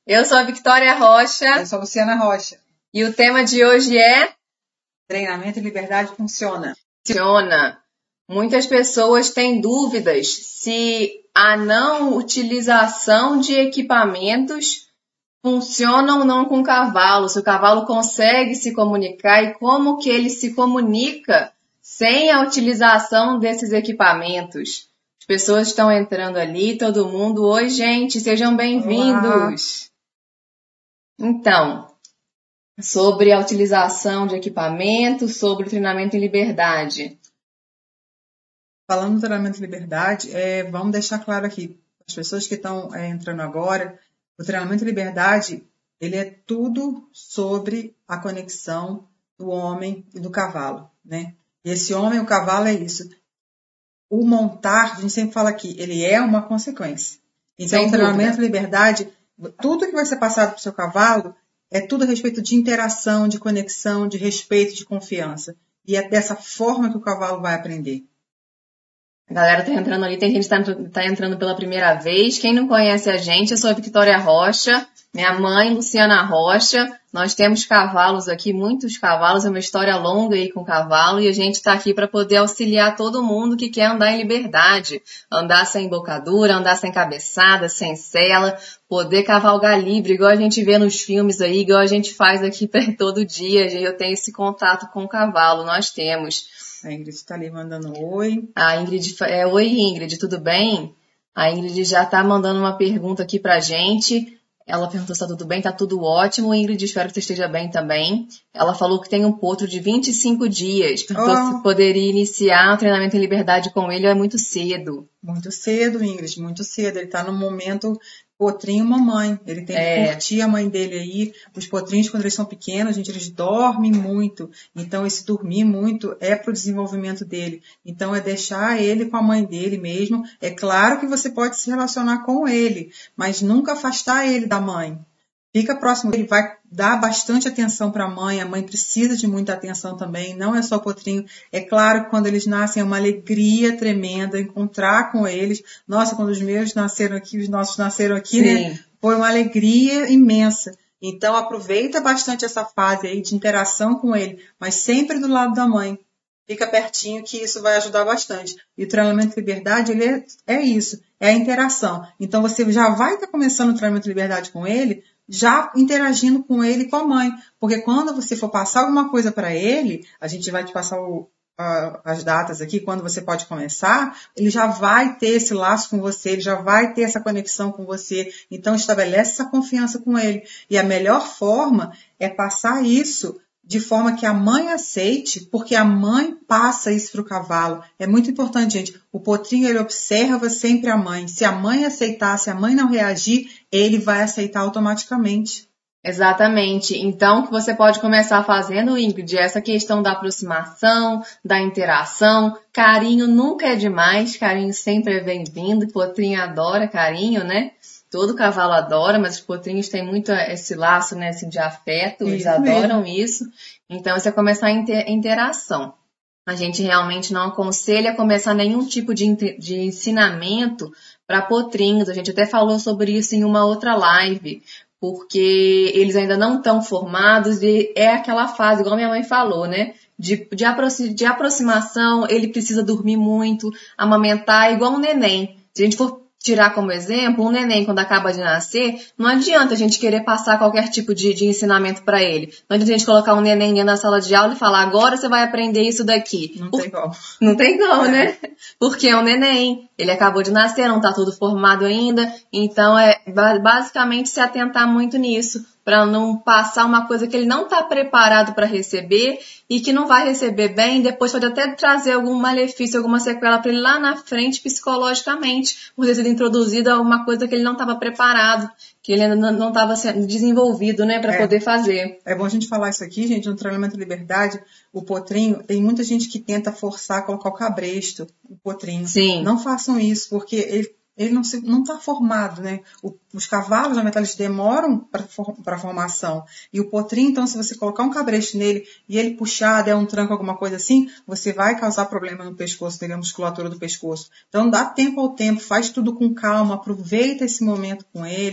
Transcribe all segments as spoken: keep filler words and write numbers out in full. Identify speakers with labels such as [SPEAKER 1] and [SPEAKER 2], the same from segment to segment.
[SPEAKER 1] Eu sou a Victoria Rocha.
[SPEAKER 2] Eu sou a Luciana Rocha.
[SPEAKER 1] E o tema de hoje é...
[SPEAKER 2] Treinamento e liberdade funciona.
[SPEAKER 1] Funciona. Muitas pessoas têm dúvidas se a não utilização de equipamentos funciona ou não com o cavalo, se o cavalo consegue se comunicar e como que ele se comunica sem a utilização desses equipamentos. As pessoas estão entrando ali, todo mundo. Oi, gente, sejam bem-vindos. Então, sobre a utilização de equipamentos, sobre o treinamento em liberdade.
[SPEAKER 2] Falando do treinamento em liberdade, é, vamos deixar claro aqui, as pessoas que estão é, entrando agora, o treinamento em liberdade, ele é tudo sobre a conexão do homem e do cavalo, né? E esse homem e o cavalo é isso. O montar, a gente sempre fala aqui, ele é uma consequência. Então, o treinamento em liberdade, tudo que vai ser passado para o seu cavalo é tudo a respeito de interação, de conexão, de respeito, de confiança. E é dessa forma que o cavalo vai aprender.
[SPEAKER 1] A galera tá entrando ali, tem gente que tá, tá entrando pela primeira vez. Quem não conhece a gente, eu sou a Victoria Rocha, minha mãe, Luciana Rocha. Nós temos cavalos aqui, muitos cavalos, é uma história longa aí com cavalo, e a gente tá aqui para poder auxiliar todo mundo que quer andar em liberdade. Andar sem embocadura, andar sem cabeçada, sem sela, poder cavalgar livre, igual a gente vê nos filmes aí, igual a gente faz aqui todo dia. Eu tenho esse contato com o cavalo, nós temos.
[SPEAKER 2] A Ingrid está ali mandando oi.
[SPEAKER 1] A Ingrid, é, oi Ingrid, tudo bem? A Ingrid já está mandando uma pergunta aqui pra gente. Ela perguntou se está tudo bem, está tudo ótimo. Ingrid, espero que você esteja bem também. Ela falou que tem um potro de vinte e cinco dias. Então,
[SPEAKER 2] oh.
[SPEAKER 1] poderia iniciar o treinamento em liberdade com ele, é muito cedo.
[SPEAKER 2] Muito cedo, Ingrid, muito cedo. Ele está no momento potrinho mamãe. Ele tem que é. curtir a mãe dele aí. Os potrinhos, quando eles são pequenos, gente, eles dormem muito. Então, esse dormir muito é para o desenvolvimento dele. Então, é deixar ele com a mãe dele mesmo. É claro que você pode se relacionar com ele, mas nunca afastar ele da mãe. Fica próximo, ele vai dar bastante atenção para a mãe, a mãe precisa de muita atenção também, não é só potrinho. É claro que quando eles nascem é uma alegria tremenda encontrar com eles. Nossa, quando os meus nasceram aqui, os nossos nasceram aqui,
[SPEAKER 1] Sim.
[SPEAKER 2] né? Foi uma alegria imensa. Então aproveita bastante essa fase aí de interação com ele, mas sempre do lado da mãe. Fica pertinho que isso vai ajudar bastante. E o treinamento de liberdade, ele é, é isso, é a interação. Então você já vai estar começando o treinamento de liberdade com ele, já interagindo com ele e com a mãe. Porque quando você for passar alguma coisa para ele, a gente vai te passar o, a, as datas aqui, quando você pode começar, ele já vai ter esse laço com você, ele já vai ter essa conexão com você. Então estabelece essa confiança com ele. E a melhor forma é passar isso de forma que a mãe aceite, porque a mãe passa isso para o cavalo. É muito importante, gente. O potrinho, ele observa sempre a mãe. Se a mãe aceitar, se a mãe não reagir, ele vai aceitar automaticamente.
[SPEAKER 1] Exatamente. Então, o que você pode começar fazendo, Ingrid, é essa questão da aproximação, da interação. Carinho nunca é demais, carinho sempre é bem-vindo. Potrinho adora carinho, né? Todo cavalo adora, mas os potrinhos têm muito esse laço, né, assim, de afeto, eles adoram mesmo. Isso. Então, você começar a inter- interação. A gente realmente não aconselha começar nenhum tipo de, de ensinamento para potrinhos. A gente até falou sobre isso em uma outra live, porque eles ainda não estão formados e é aquela fase, igual minha mãe falou, né? De, de, aproxi- de aproximação, ele precisa dormir muito, amamentar, igual um neném. Se a gente for tirar como exemplo, um neném quando acaba de nascer, não adianta a gente querer passar qualquer tipo de, de ensinamento para ele. Não adianta a gente colocar um neném dentro da sala de aula e falar, agora você vai aprender isso daqui.
[SPEAKER 2] Não
[SPEAKER 1] Por...
[SPEAKER 2] tem como.
[SPEAKER 1] Não tem como, é. né? Porque é um neném, ele acabou de nascer, não tá tudo formado ainda, então é basicamente se atentar muito nisso, para não passar uma coisa que ele não está preparado para receber e que não vai receber bem, depois pode até trazer algum malefício, alguma sequela para ele lá na frente psicologicamente, por ter sido introduzida uma coisa que ele não estava preparado, que ele ainda não estava sendo desenvolvido, né, para é, poder fazer.
[SPEAKER 2] É bom a gente falar isso aqui, gente, no treinamento de liberdade, o potrinho, tem muita gente que tenta forçar, colocar o cabresto, o potrinho.
[SPEAKER 1] Sim.
[SPEAKER 2] Não façam isso, porque ele ele não se, não está formado, né? O, os cavalos, na verdade, eles demoram para a formação. E o potrinho, então, se você colocar um cabresto nele e ele puxar, der um tranco, alguma coisa assim, você vai causar problema no pescoço, dele, a musculatura do pescoço. Então, dá tempo ao tempo, faz tudo com calma, aproveita esse momento com ele,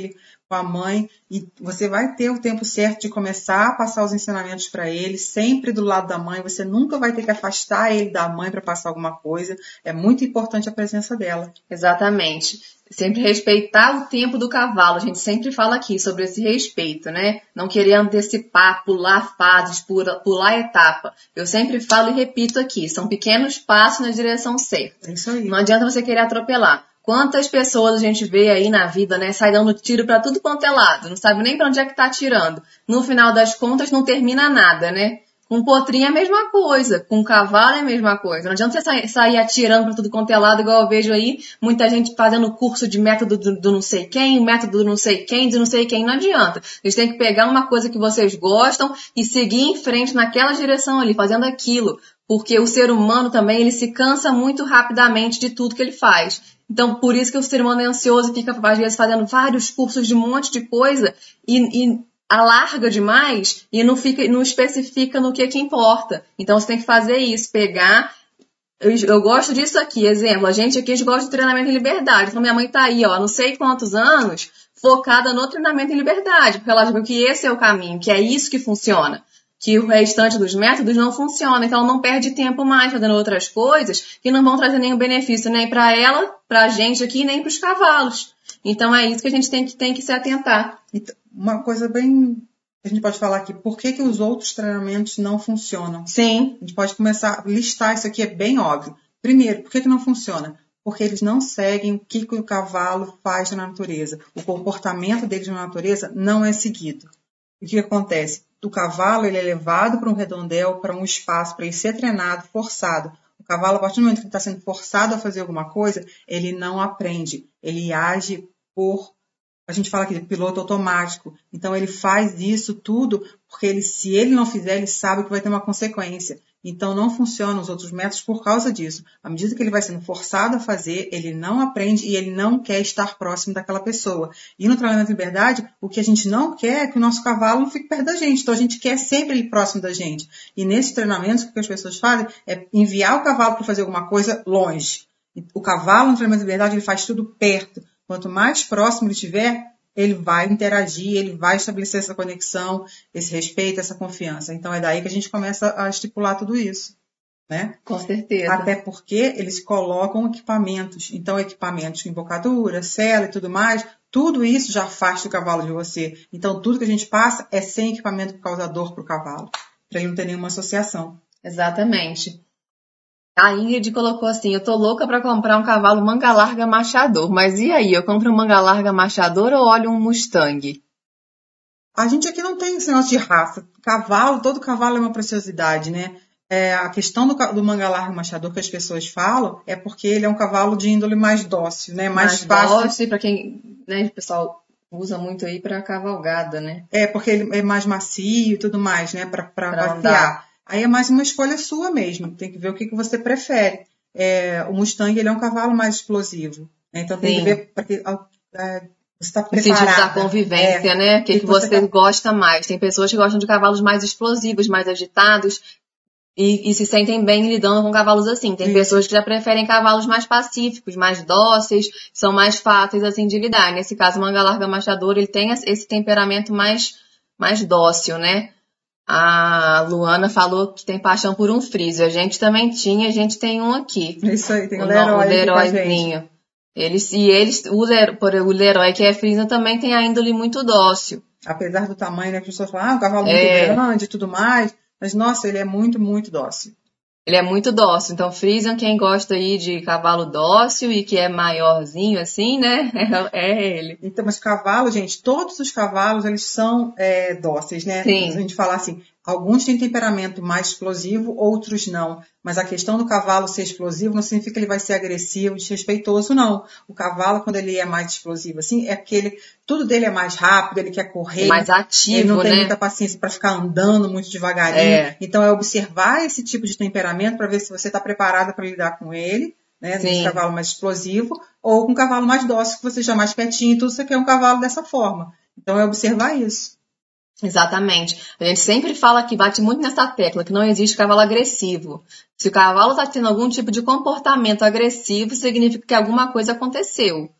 [SPEAKER 2] com a mãe, e você vai ter o tempo certo de começar a passar os ensinamentos para ele, sempre do lado da mãe, você nunca vai ter que afastar ele da mãe para passar alguma coisa, é muito importante a presença dela.
[SPEAKER 1] Exatamente. Sempre respeitar o tempo do cavalo, a gente sempre fala aqui sobre esse respeito, né? Não querer antecipar, pular fases, pular etapa. Eu sempre falo e repito aqui, são pequenos passos na direção certa.
[SPEAKER 2] É isso aí.
[SPEAKER 1] Não adianta você querer atropelar. Quantas pessoas a gente vê aí na vida, né, sai dando tiro pra tudo quanto é lado, não sabe nem pra onde é que tá atirando. No final das contas não termina nada, né? Com potrinho é a mesma coisa, com cavalo é a mesma coisa. Não adianta você sair, sair atirando pra tudo quanto é lado, igual eu vejo aí, muita gente fazendo curso de método do, do não sei quem, método do não sei quem, de não sei quem, não adianta. Eles têm que pegar uma coisa que vocês gostam e seguir em frente naquela direção ali, fazendo aquilo. Porque o ser humano também, ele se cansa muito rapidamente de tudo que ele faz. Então, por isso que o ser humano é ansioso e fica, às vezes, fazendo vários cursos de um monte de coisa e, e alarga demais e não, fica, não especifica no que, que importa. Então, você tem que fazer isso, pegar... Eu, eu gosto disso aqui, exemplo, a gente aqui a gente gosta de treinamento em liberdade. Então, minha mãe tá aí, ó, não sei quantos anos, focada no treinamento em liberdade, porque ela viu que esse é o caminho, que é isso que funciona. Que o restante dos métodos não funciona, então ela não perde tempo mais fazendo outras coisas que não vão trazer nenhum benefício nem para ela, para a gente aqui, nem para os cavalos. Então é isso que a gente tem que, tem que se atentar.
[SPEAKER 2] Então, uma coisa bem... A gente pode falar aqui, por que, que os outros treinamentos não funcionam?
[SPEAKER 1] Sim.
[SPEAKER 2] A gente pode começar a listar, isso aqui é bem óbvio. Primeiro, por que, que não funciona? Porque eles não seguem o que, que o cavalo faz na natureza. O comportamento deles na natureza não é seguido. O que acontece? O cavalo ele é levado para um redondel, para um espaço, para ele ser treinado, forçado. O cavalo, a partir do momento que ele está sendo forçado a fazer alguma coisa, ele não aprende. Ele age por, a gente fala aqui de piloto automático. Então, ele faz isso tudo porque ele, se ele não fizer, ele sabe que vai ter uma consequência. Então, não funcionam os outros métodos por causa disso. À medida que ele vai sendo forçado a fazer, ele não aprende e ele não quer estar próximo daquela pessoa. E no treinamento de liberdade, o que a gente não quer é que o nosso cavalo não fique perto da gente. Então, a gente quer sempre ele próximo da gente. E nesse treinamento, o que as pessoas fazem é enviar o cavalo para fazer alguma coisa longe. O cavalo no treinamento de liberdade, ele faz tudo perto. Quanto mais próximo ele estiver, ele vai interagir, ele vai estabelecer essa conexão, esse respeito, essa confiança. Então, é daí que a gente começa a estipular tudo isso, né?
[SPEAKER 1] Com certeza.
[SPEAKER 2] Até porque eles colocam equipamentos. Então, equipamentos, embocadura, sela e tudo mais, tudo isso já afasta o cavalo de você. Então, tudo que a gente passa é sem equipamento causador para o cavalo, para ele não ter nenhuma associação.
[SPEAKER 1] Exatamente. A Ingrid colocou assim, eu tô louca pra comprar um cavalo manga larga machador, mas e aí, eu compro um manga larga machador ou olho um Mustang?
[SPEAKER 2] A gente aqui não tem esse negócio de raça. Cavalo, todo cavalo é uma preciosidade, né? É, a questão do, do manga larga machador que as pessoas falam é porque ele é um cavalo de índole mais dócil, né? Mais,
[SPEAKER 1] mais
[SPEAKER 2] fácil.
[SPEAKER 1] dócil, pra quem, né, o pessoal usa muito aí pra cavalgada, né?
[SPEAKER 2] É, porque ele é mais macio e tudo mais, né? Pra, pra, pra passear. Aí é mais uma escolha sua mesmo, tem que ver o que, que você prefere. É, o Mustang ele é um cavalo mais explosivo, né? Então tem Sim. que ver para que é, você está preparada.
[SPEAKER 1] No sentido da convivência, é, né? O que, que, que você, você gosta mais. Tem pessoas que gostam de cavalos mais explosivos, mais agitados e, e se sentem bem lidando com cavalos assim. Tem Isso. pessoas que já preferem cavalos mais pacíficos, mais dóceis, são mais fáceis assim de lidar. Nesse caso, o manga larga machador, ele tem esse temperamento mais, mais dócil, né? A Luana falou que tem paixão por um frisio. A gente também tinha, a gente tem um aqui.
[SPEAKER 2] Isso aí, tem o,
[SPEAKER 1] o
[SPEAKER 2] Leroy.
[SPEAKER 1] O Leroyzinho. Eles, e eles, o, Leroy, o Leroy, que é frisio, também tem a índole muito dócil.
[SPEAKER 2] Apesar do tamanho, né? As pessoas falam, ah, um cavalo muito é. grande e tudo mais. Mas, nossa, ele é muito, muito dócil.
[SPEAKER 1] Ele é muito dócil. Então, Friesian, quem gosta aí de cavalo dócil e que é maiorzinho assim, né? É, é ele.
[SPEAKER 2] Então, mas cavalo, gente, todos os cavalos, eles são é, dóceis, né?
[SPEAKER 1] Sim.
[SPEAKER 2] Se a gente falar assim, alguns têm temperamento mais explosivo, outros não. Mas a questão do cavalo ser explosivo não significa que ele vai ser agressivo, desrespeitoso, não. O cavalo, quando ele é mais explosivo, assim, é aquele... Tudo dele é mais rápido, ele quer correr.
[SPEAKER 1] Mais ativo,
[SPEAKER 2] ele não tem
[SPEAKER 1] né?
[SPEAKER 2] muita paciência para ficar andando muito devagarinho.
[SPEAKER 1] É.
[SPEAKER 2] Então, é observar esse tipo de temperamento para ver se você está preparada para lidar com ele, né? Um cavalo mais explosivo, ou com um cavalo mais dócil, que você já mais quietinho e tudo, você quer um cavalo dessa forma. Então, é observar isso.
[SPEAKER 1] Exatamente. A gente sempre fala que bate muito nessa tecla, que não existe cavalo agressivo. Se o cavalo está tendo algum tipo de comportamento agressivo, significa que alguma coisa aconteceu.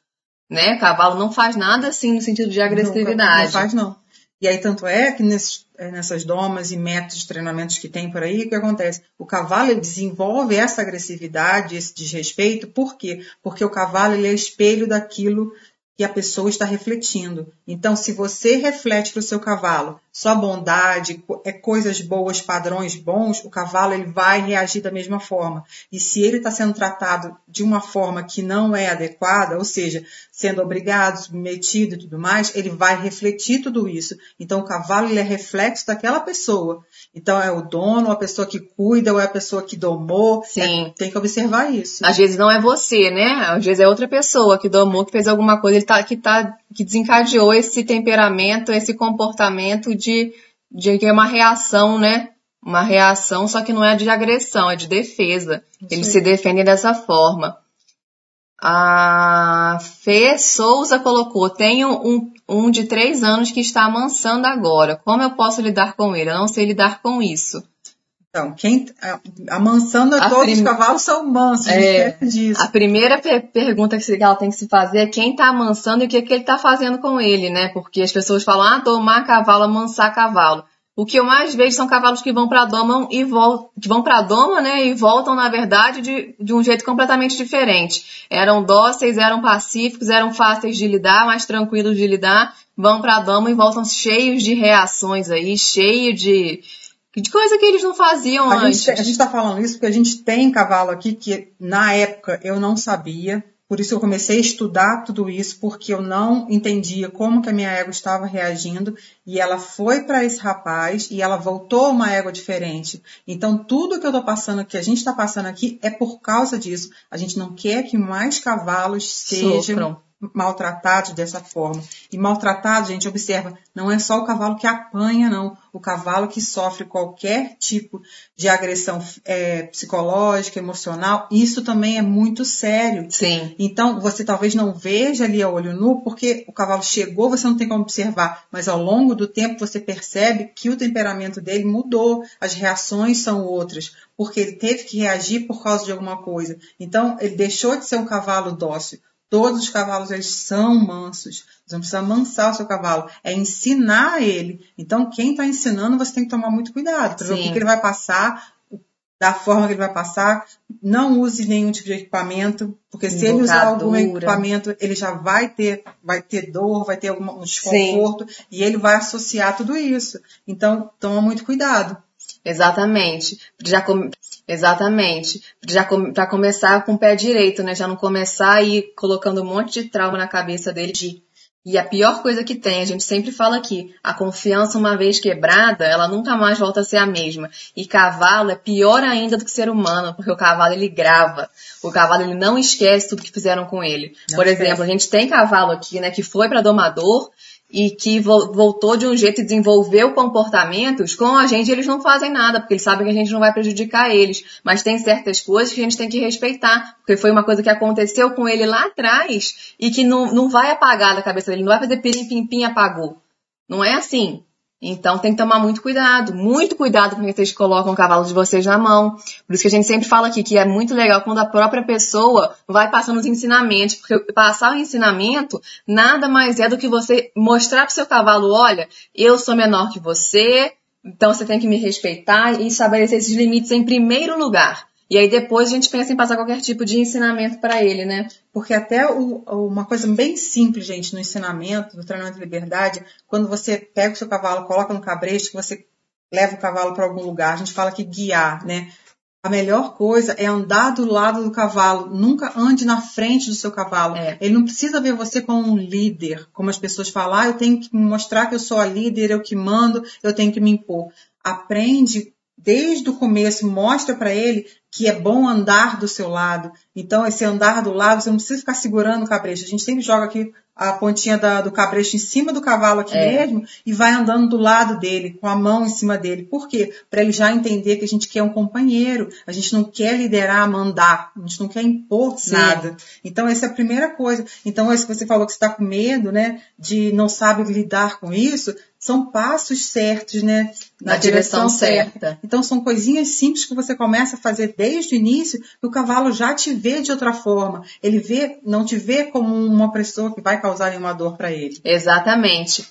[SPEAKER 1] né? Cavalo não faz nada assim no sentido de agressividade.
[SPEAKER 2] Não, não faz, não. E aí, tanto é que nesses, nessas domas e métodos de treinamentos que tem por aí, o que acontece? O cavalo ele desenvolve essa agressividade, esse desrespeito, por quê? Porque o cavalo ele é espelho daquilo que a pessoa está refletindo. Então, se você reflete para o seu cavalo só bondade, é coisas boas, padrões bons, o cavalo ele vai reagir da mesma forma. E se ele está sendo tratado de uma forma que não é adequada, ou seja, sendo obrigado, submetido e tudo mais, ele vai refletir tudo isso. Então, o cavalo ele é reflexo daquela pessoa. Então, é o dono, a pessoa que cuida, ou é a pessoa que domou.
[SPEAKER 1] Sim.
[SPEAKER 2] É, tem que observar isso.
[SPEAKER 1] Às vezes não é você, né? Às vezes é outra pessoa que domou, que fez alguma coisa, ele tá, que, tá, que desencadeou esse temperamento, esse comportamento de, de que é uma reação, né? Uma reação, só que não é de agressão, é de defesa. Eles se defendem dessa forma. A Fê Souza colocou, tenho um, um de três anos que está amansando agora. Como eu posso lidar com ele? Eu não sei lidar com isso.
[SPEAKER 2] Então, quem amansando
[SPEAKER 1] A
[SPEAKER 2] todos
[SPEAKER 1] prim...
[SPEAKER 2] os cavalos são mansos, não
[SPEAKER 1] é,
[SPEAKER 2] esquece disso.
[SPEAKER 1] A primeira per- pergunta que ela tem que se fazer é quem está amansando e o que, que ele está fazendo com ele, né? Porque as pessoas falam, ah, domar cavalo, amansar cavalo. O que eu mais vejo são cavalos que vão para a doma e voltam, que vão para a doma, né, e voltam, na verdade, de, de um jeito completamente diferente. Eram dóceis, eram pacíficos, eram fáceis de lidar, mais tranquilos de lidar, vão para a doma e voltam cheios de reações aí, cheio de, de coisa que eles não faziam
[SPEAKER 2] a
[SPEAKER 1] antes.
[SPEAKER 2] Gente, a gente está falando isso porque a gente tem cavalo aqui que, na época, eu não sabia. Por isso eu comecei a estudar tudo isso, porque eu não entendia como que a minha égua estava reagindo. E ela foi para esse rapaz e ela voltou a uma égua diferente. Então, tudo que eu estou passando, que a gente está passando aqui, é por causa disso. A gente não quer que mais cavalos sejam Sofram. maltratados dessa forma. E maltratados, gente, observa, não é só o cavalo que apanha, não. O cavalo que sofre qualquer tipo de agressão é, psicológica, emocional, isso também é muito sério.
[SPEAKER 1] Sim.
[SPEAKER 2] Então, você talvez não veja ali a olho nu, porque o cavalo chegou, você não tem como observar, mas ao longo do tempo você percebe que o temperamento dele mudou, as reações são outras, porque ele teve que reagir por causa de alguma coisa. Então, ele deixou de ser um cavalo dócil. Todos os cavalos, eles são mansos. Você não precisa amansar o seu cavalo. É ensinar ele. Então, quem está ensinando, você tem que tomar muito cuidado. Para ver o que, que ele vai passar, da forma que ele vai passar. Não use nenhum tipo de equipamento. Porque se ele usar algum equipamento, ele já vai ter, vai ter dor, vai ter algum desconforto. Sim. E ele vai associar tudo isso. Então, toma muito cuidado.
[SPEAKER 1] Exatamente. Já come... Exatamente. Já com... para começar com o pé direito, né? Já não começar aí colocando um monte de trauma na cabeça dele. De... E a pior coisa que tem, a gente sempre fala aqui, a confiança uma vez quebrada, ela nunca mais volta a ser a mesma. E cavalo é pior ainda do que ser humano, porque o cavalo ele grava. O cavalo ele não esquece tudo que fizeram com ele. Não Por esquece. exemplo, a gente tem cavalo aqui, né, que foi para domador e que voltou de um jeito e desenvolveu comportamentos, com a gente eles não fazem nada, porque eles sabem que a gente não vai prejudicar eles. Mas tem certas coisas que a gente tem que respeitar, porque foi uma coisa que aconteceu com ele lá atrás e que não, não vai apagar da cabeça dele, não vai fazer pirim-pim-pim apagou. Não é assim. Então tem que tomar muito cuidado, muito cuidado com que vocês colocam o cavalo de vocês na mão. Por isso que a gente sempre fala aqui que é muito legal quando a própria pessoa vai passando os ensinamentos, porque passar o ensinamento nada mais é do que você mostrar pro seu cavalo, olha, eu sou menor que você, então você tem que me respeitar e estabelecer esses limites em primeiro lugar. E aí depois a gente pensa em passar qualquer tipo de ensinamento para ele, né?
[SPEAKER 2] Porque até o, uma coisa bem simples, gente, no ensinamento, no treinamento de liberdade, quando você pega o seu cavalo, coloca no cabresto, que você leva o cavalo para algum lugar, a gente fala que guiar, né? A melhor coisa é andar do lado do cavalo, nunca ande na frente do seu cavalo. É. Ele não precisa ver você como um líder, como as pessoas falam, ah, eu tenho que mostrar que eu sou a líder, eu que mando, eu tenho que me impor. Aprende desde o começo, mostra para ele que é bom andar do seu lado. Então, esse andar do lado, você não precisa ficar segurando o cabresto. A gente sempre joga aqui a pontinha da, do cabresto em cima do cavalo aqui é. mesmo e vai andando do lado dele, com a mão em cima dele. Por quê? Para ele já entender que a gente quer um companheiro. A gente não quer liderar, mandar. A gente não quer impor Sim. nada. Então, essa é a primeira coisa. Então, esse que você falou que você está com medo, né, de não sabe lidar com isso, são passos certos, né?
[SPEAKER 1] Na, Na direção, direção certa. certa.
[SPEAKER 2] Então, são coisinhas simples que você começa a fazer desde o início, que o cavalo já te vê de outra forma. Ele vê, não te vê como um opressor que vai causar nenhuma dor para ele.
[SPEAKER 1] Exatamente.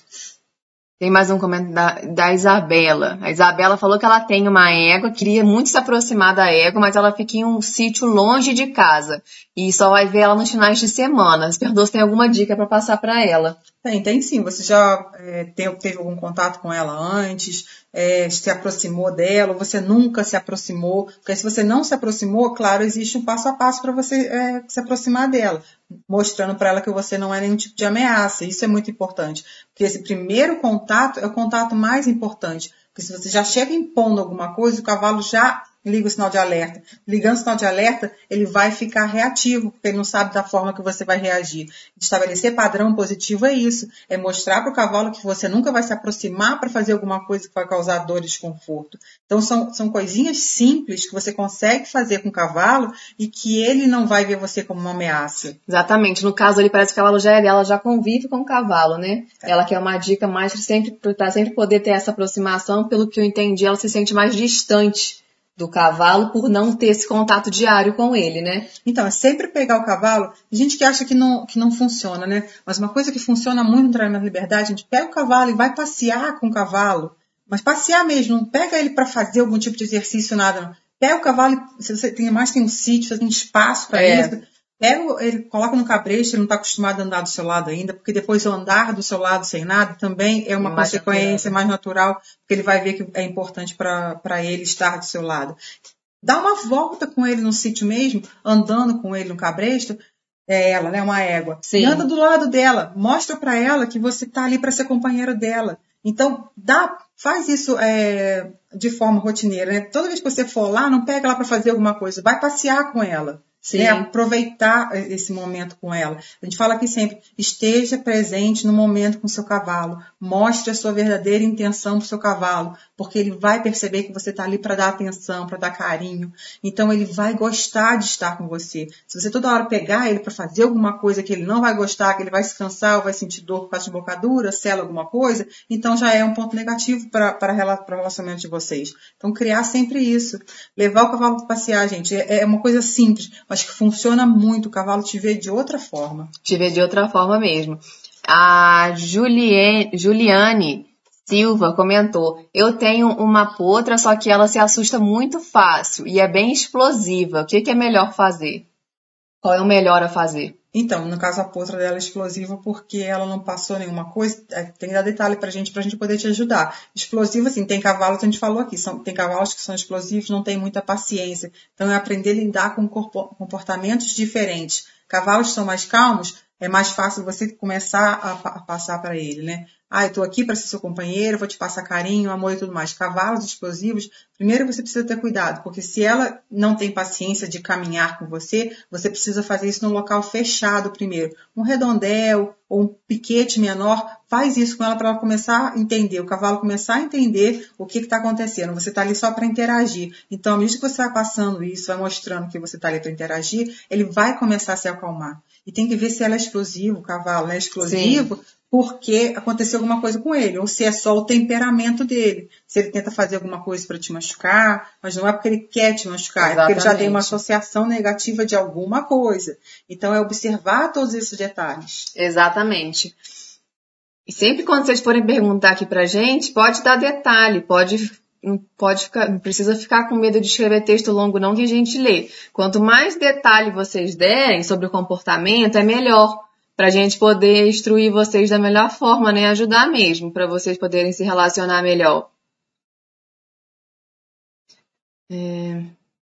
[SPEAKER 1] Tem mais um comentário da, da Isabela. A Isabela falou que ela tem uma égua, queria muito se aproximar da égua, mas ela fica em um sítio longe de casa. E só vai ver ela nos finais de semana. Perguntou se tem alguma dica para passar para ela.
[SPEAKER 2] Tem, tem sim. Você já é, teve, teve algum contato com ela antes? É, se aproximou dela? Ou você nunca se aproximou? Porque se você não se aproximou, claro, existe um passo a passo para você é, se aproximar dela. Mostrando para ela que você não é nenhum tipo de ameaça. Isso é muito importante. Porque esse primeiro contato é o contato mais importante. Porque se você já chega impondo alguma coisa, o cavalo já liga o sinal de alerta. Ligando o sinal de alerta, ele vai ficar reativo, porque ele não sabe da forma que você vai reagir. Estabelecer padrão positivo é isso. É mostrar para o cavalo que você nunca vai se aproximar para fazer alguma coisa que vai causar dor e desconforto. Então, são, são coisinhas simples que você consegue fazer com o cavalo e que ele não vai ver você como uma ameaça.
[SPEAKER 1] Exatamente. No caso ali, parece que o cavalo já é dela, já convive com o cavalo, né? É. Ela quer uma dica mais sempre, para sempre poder ter essa aproximação. Pelo que eu entendi, ela se sente mais distante do cavalo por não ter esse contato diário com ele, né?
[SPEAKER 2] Então, é sempre pegar o cavalo. Tem gente que acha que não, que não funciona, né? Mas uma coisa que funciona muito no treinamento de liberdade, a gente pega o cavalo e vai passear com o cavalo. Mas passear mesmo, não pega ele para fazer algum tipo de exercício, nada, não. Pega o cavalo, se você tem mais, tem um sítio, tem um espaço para
[SPEAKER 1] é.
[SPEAKER 2] isso. Pega, ele coloca no cabresto, ele não está acostumado a andar do seu lado ainda, porque depois o andar do seu lado sem nada também é uma mais consequência natural. mais natural, porque ele vai ver que é importante para ele estar do seu lado. Dá uma volta com ele no sítio mesmo, andando com ele no cabresto, é ela, né, uma égua.
[SPEAKER 1] Sim.
[SPEAKER 2] E anda do lado dela, mostra para ela que você está ali para ser companheiro dela. Então, dá, faz isso é, de forma rotineira, né? Toda vez que você for lá, não pega ela para fazer alguma coisa, vai passear com ela. Né, aproveitar esse momento com ela. A gente fala aqui sempre, esteja presente no momento com o seu cavalo. Mostre a sua verdadeira intenção para o seu cavalo, porque ele vai perceber que você está ali para dar atenção, para dar carinho. Então, ele vai gostar de estar com você. Se você toda hora pegar ele para fazer alguma coisa que ele não vai gostar, que ele vai se cansar ou vai sentir dor por causa de bocadura, sela alguma coisa, então já é um ponto negativo para o relacionamento de vocês. Então, criar sempre isso. Levar o cavalo para passear, gente, é, é uma coisa simples, mas que funciona muito, o cavalo te vê de outra forma.
[SPEAKER 1] Te vê de outra forma mesmo. A Juliane, Juliane Silva comentou, eu tenho uma potra, só que ela se assusta muito fácil e é bem explosiva. O que, que é melhor fazer? Qual é o melhor a fazer?
[SPEAKER 2] Então, no caso, a potra dela é explosiva porque ela não passou nenhuma coisa. Tem que dar detalhe pra gente, pra gente poder te ajudar. Explosiva, assim, tem cavalos, a gente falou aqui, são, tem cavalos que são explosivos, não tem muita paciência. Então, é aprender a lidar com comportamentos diferentes. Cavalos que são mais calmos, é mais fácil você começar a, a passar para ele, né? Ah, eu tô aqui para ser seu companheiro, vou te passar carinho, amor e tudo mais. Cavalos explosivos, primeiro você precisa ter cuidado, porque se ela não tem paciência de caminhar com você, você precisa fazer isso num local fechado primeiro. Um redondel ou um piquete menor, faz isso com ela para ela começar a entender, o cavalo começar a entender o que está acontecendo. Você está ali só para interagir. Então, à medida que você vai passando isso, vai mostrando que você está ali para interagir, ele vai começar a se acalmar. E tem que ver se ela é explosiva, o cavalo é explosivo, sim, porque aconteceu alguma coisa com ele, ou se é só o temperamento dele. Se ele tenta fazer alguma coisa para te machucar, mas não é porque ele quer te machucar, exatamente, é porque ele já tem uma associação negativa de alguma coisa. Então, é observar todos esses detalhes.
[SPEAKER 1] Exatamente. E sempre quando vocês forem perguntar aqui pra gente, pode dar detalhe, pode... Não, pode ficar, não precisa ficar com medo de escrever texto longo não que a gente lê. Quanto mais detalhe vocês derem sobre o comportamento, é melhor. Pra gente poder instruir vocês da melhor forma, né? Ajudar mesmo, para vocês poderem se relacionar melhor. É...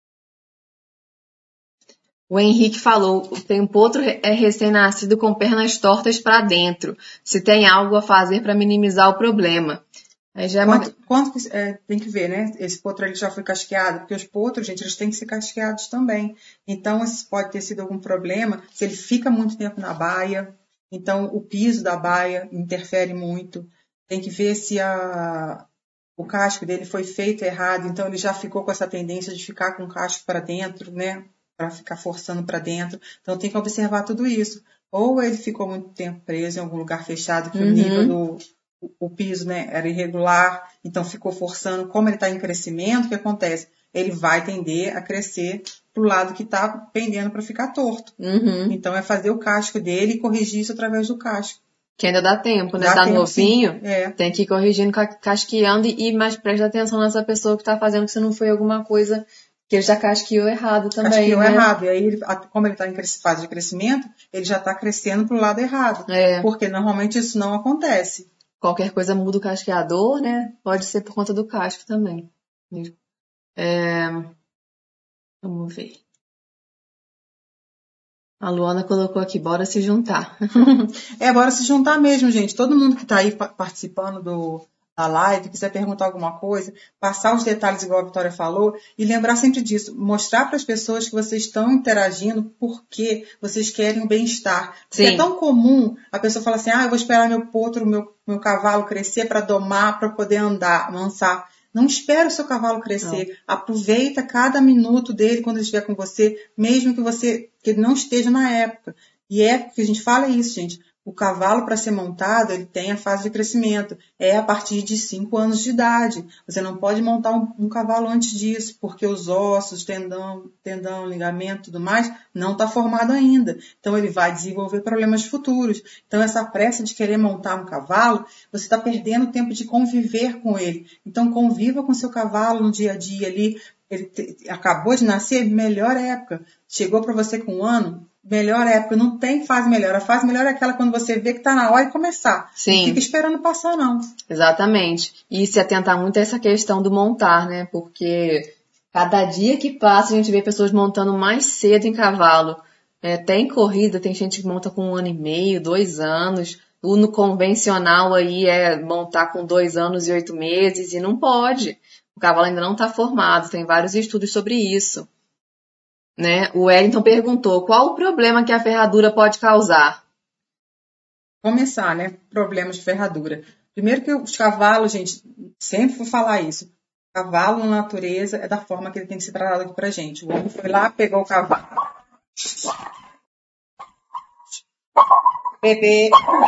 [SPEAKER 1] O Henrique falou, tem um potro é recém-nascido com pernas tortas para dentro. Se tem algo a fazer para minimizar o problema.
[SPEAKER 2] Aí já é quanto, uma... quanto é, tem que ver, né? Esse potro ele já foi casqueado, porque os potros, gente, eles têm que ser casqueados também. Então, isso pode ter sido algum problema se ele fica muito tempo na baia. Então, o piso da baia interfere muito. Tem que ver se a, o casco dele foi feito errado. Então, ele já ficou com essa tendência de ficar com o casco para dentro, né? Para ficar forçando para dentro. Então, tem que observar tudo isso. Ou ele ficou muito tempo preso em algum lugar fechado, que uhum. o nível do... o piso, né, era irregular, então ficou forçando. Como ele está em crescimento, o que acontece? Ele vai tender a crescer para o lado que está pendendo para ficar torto.
[SPEAKER 1] Uhum.
[SPEAKER 2] Então é fazer o casco dele e corrigir isso através do casco.
[SPEAKER 1] Que ainda dá tempo, né?
[SPEAKER 2] Dá
[SPEAKER 1] Tá
[SPEAKER 2] tempo,
[SPEAKER 1] novinho,
[SPEAKER 2] é.
[SPEAKER 1] Tem que ir corrigindo, casqueando e mais presta atenção nessa pessoa que tá fazendo, se não foi alguma coisa que ele já casqueou errado também,
[SPEAKER 2] Casqueou
[SPEAKER 1] né?
[SPEAKER 2] errado. E aí, ele, como ele está em fase de crescimento, ele já está crescendo para o lado errado.
[SPEAKER 1] É.
[SPEAKER 2] Porque normalmente isso não acontece.
[SPEAKER 1] Qualquer coisa muda o casqueador, né? Pode ser por conta do casco também. É... Vamos ver. A Luana colocou aqui, bora se juntar.
[SPEAKER 2] É, bora se juntar mesmo, gente. Todo mundo que está aí participando do, da live, quiser perguntar alguma coisa, passar os detalhes igual a Vitória falou, e lembrar sempre disso. Mostrar para as pessoas que vocês estão interagindo porque vocês querem o bem-estar. Porque é tão comum a pessoa falar assim, ah, eu vou esperar meu potro, meu, meu cavalo crescer para domar, para poder andar, amansar. Não espera o seu cavalo crescer. Não. Aproveita cada minuto dele quando ele estiver com você, mesmo que você que ele não esteja na época. E é que a gente fala isso, gente. O cavalo, para ser montado, ele tem a fase de crescimento. É a partir de cinco anos de idade. Você não pode montar um, um cavalo antes disso, porque os ossos, tendão, tendão, ligamento e tudo mais, não está formado ainda. Então, ele vai desenvolver problemas futuros. Então, essa pressa de querer montar um cavalo, você está perdendo o tempo de conviver com ele. Então, conviva com seu cavalo no dia a dia ali. Ele te, acabou de nascer, melhor época. Chegou para você com um ano, melhor época. Não tem fase melhor. A fase melhor é aquela quando você vê que está na hora de começar.
[SPEAKER 1] Sim.
[SPEAKER 2] Não fica esperando passar, não.
[SPEAKER 1] Exatamente. E se atentar muito a essa questão do montar, né? Porque cada dia que passa a gente vê pessoas montando mais cedo em cavalo. É, tem corrida, tem gente que monta com um ano e meio, dois anos. O no convencional aí é montar com dois anos e oito meses e não pode. O cavalo ainda não está formado. Tem vários estudos sobre isso. Né? O Wellington perguntou, qual o problema que a ferradura pode causar?
[SPEAKER 2] Começar, né? Problemas de ferradura. Primeiro que os cavalos, gente, sempre vou falar isso. O cavalo na natureza é da forma que ele tem que ser tratado aqui pra gente. O homem foi lá, pegou o cavalo. Bebê.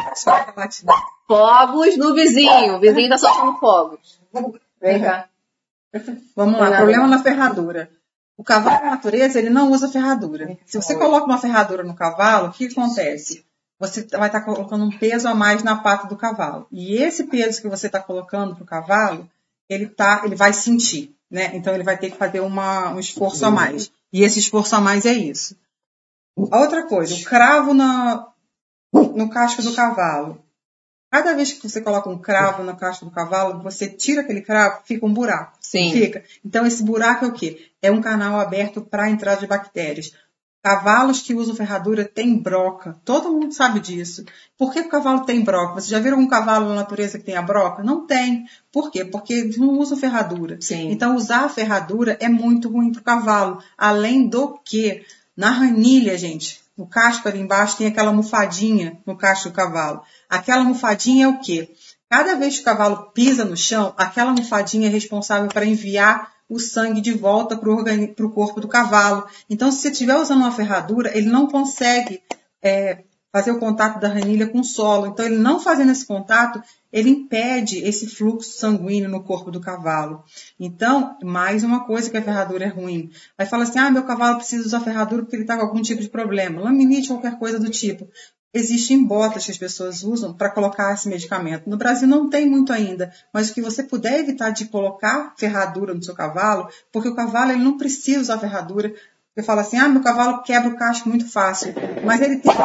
[SPEAKER 1] Fogos no vizinho. O vizinho tá soltando fogos. Vem cá.
[SPEAKER 2] Vamos lá, problema na ferradura. O cavalo na natureza, ele não usa ferradura. Se você coloca uma ferradura no cavalo, o que acontece? Você vai estar colocando um peso a mais na pata do cavalo. E esse peso que você está colocando para o cavalo, ele, tá, ele vai sentir, né? Então, ele vai ter que fazer uma, um esforço a mais. E esse esforço a mais é isso. A outra coisa, o cravo na, no casco do cavalo. Cada vez que você coloca um cravo na casca do cavalo, você tira aquele cravo, fica um buraco.
[SPEAKER 1] Sim.
[SPEAKER 2] Fica. Então, esse buraco é o quê? É um canal aberto para a entrada de bactérias. Cavalos que usam ferradura têm broca. Todo mundo sabe disso. Por que o cavalo tem broca? Você já viram um cavalo na natureza que tem a broca? Não tem. Por quê? Porque eles não usam ferradura.
[SPEAKER 1] Sim.
[SPEAKER 2] Então, usar a ferradura é muito ruim para o cavalo. Além do que, na ranilha, gente, no casco ali embaixo tem aquela almofadinha no casco do cavalo. Aquela almofadinha é o quê? Cada vez que o cavalo pisa no chão, aquela almofadinha é responsável para enviar o sangue de volta para o organi- para o corpo do cavalo. Então, se você estiver usando uma ferradura, ele não consegue é, fazer o contato da ranilha com o solo. Então, ele não fazendo esse contato, ele impede esse fluxo sanguíneo no corpo do cavalo. Então, mais uma coisa que a ferradura é ruim. Aí fala assim, ah, meu cavalo precisa usar ferradura porque ele está com algum tipo de problema. Laminite, qualquer coisa do tipo. Existem botas que as pessoas usam para colocar esse medicamento. No Brasil não tem muito ainda, mas o que você puder evitar de colocar ferradura no seu cavalo, porque o cavalo ele não precisa usar ferradura. Você fala assim, ah, meu cavalo quebra o casco muito fácil, mas ele tem...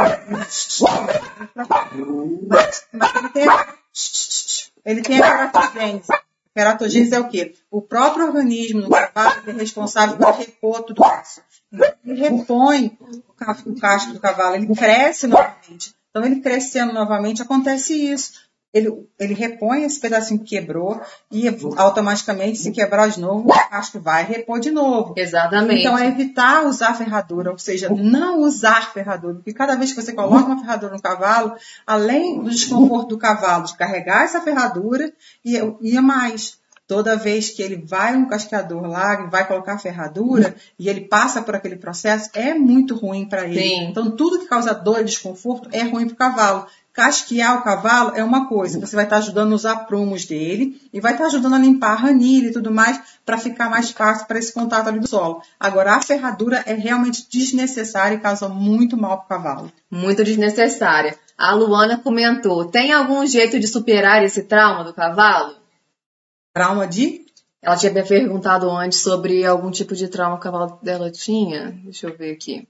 [SPEAKER 2] mas ele tem, ele tem a queratogênese. A queratogênese é o quê? O próprio organismo no cavalo é responsável pelo repor tudo isso. Ele repõe o casco do cavalo, ele cresce novamente. Então, ele crescendo novamente, acontece isso. Ele, ele repõe esse pedacinho que quebrou e automaticamente, se quebrar de novo, o casco vai repor de novo.
[SPEAKER 1] Exatamente.
[SPEAKER 2] Então, é evitar usar ferradura, ou seja, não usar ferradura. Porque cada vez que você coloca uma ferradura no cavalo, além do desconforto do cavalo de carregar essa ferradura, ia, ia mais. Toda vez que ele vai um casqueador lá, ele vai colocar a ferradura e ele passa por aquele processo, é muito ruim para ele.
[SPEAKER 1] Sim.
[SPEAKER 2] Então, tudo que causa dor e desconforto é ruim para o cavalo. Casquear o cavalo é uma coisa, você vai estar ajudando nos aprumos dele e vai estar ajudando a limpar a ranilha e tudo mais para ficar mais fácil para esse contato ali do solo. Agora, a ferradura é realmente desnecessária e causa muito mal para o cavalo.
[SPEAKER 1] Muito desnecessária. A Luana comentou, tem algum jeito de superar esse trauma do cavalo?
[SPEAKER 2] Trauma de?
[SPEAKER 1] Ela tinha me perguntado antes sobre algum tipo de trauma que o cavalo dela tinha. Deixa eu ver aqui.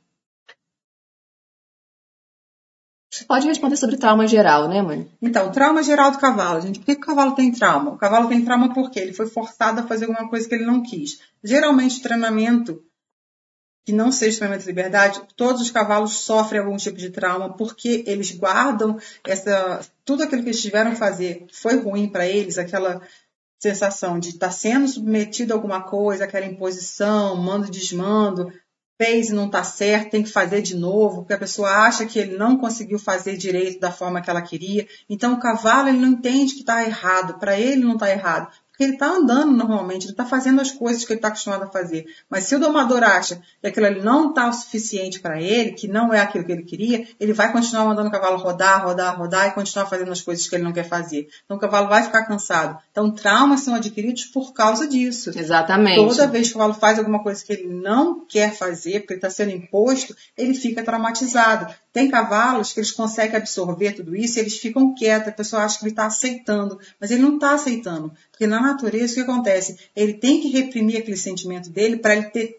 [SPEAKER 1] Você pode responder sobre trauma geral, né, mãe?
[SPEAKER 2] Então, trauma geral do cavalo, gente. Por que o cavalo tem trauma? O cavalo tem trauma porque ele foi forçado a fazer alguma coisa que ele não quis. Geralmente, treinamento que não seja treinamento de liberdade, todos os cavalos sofrem algum tipo de trauma porque eles guardam essa, tudo aquilo que eles tiveram que fazer que foi ruim para eles, aquela sensação de estar sendo submetido a alguma coisa, aquela imposição, mando e desmando, fez e não está certo, tem que fazer de novo, porque a pessoa acha que ele não conseguiu fazer direito da forma que ela queria. Então, o cavalo ele não entende que está errado, para ele não está errado. Porque ele está andando normalmente, ele está fazendo as coisas que ele está acostumado a fazer. Mas se o domador acha que aquilo ali não está o suficiente para ele, que não é aquilo que ele queria, ele vai continuar mandando o cavalo rodar, rodar, rodar e continuar fazendo as coisas que ele não quer fazer. Então o cavalo vai ficar cansado. Então traumas são adquiridos por causa disso.
[SPEAKER 1] Exatamente.
[SPEAKER 2] Toda vez que o cavalo faz alguma coisa que ele não quer fazer, porque ele está sendo imposto, ele fica traumatizado. Tem cavalos que eles conseguem absorver tudo isso e eles ficam quietos. A pessoa acha que ele está aceitando, mas ele não está aceitando. Porque na natureza, o que acontece? Ele tem que reprimir aquele sentimento dele para ele ter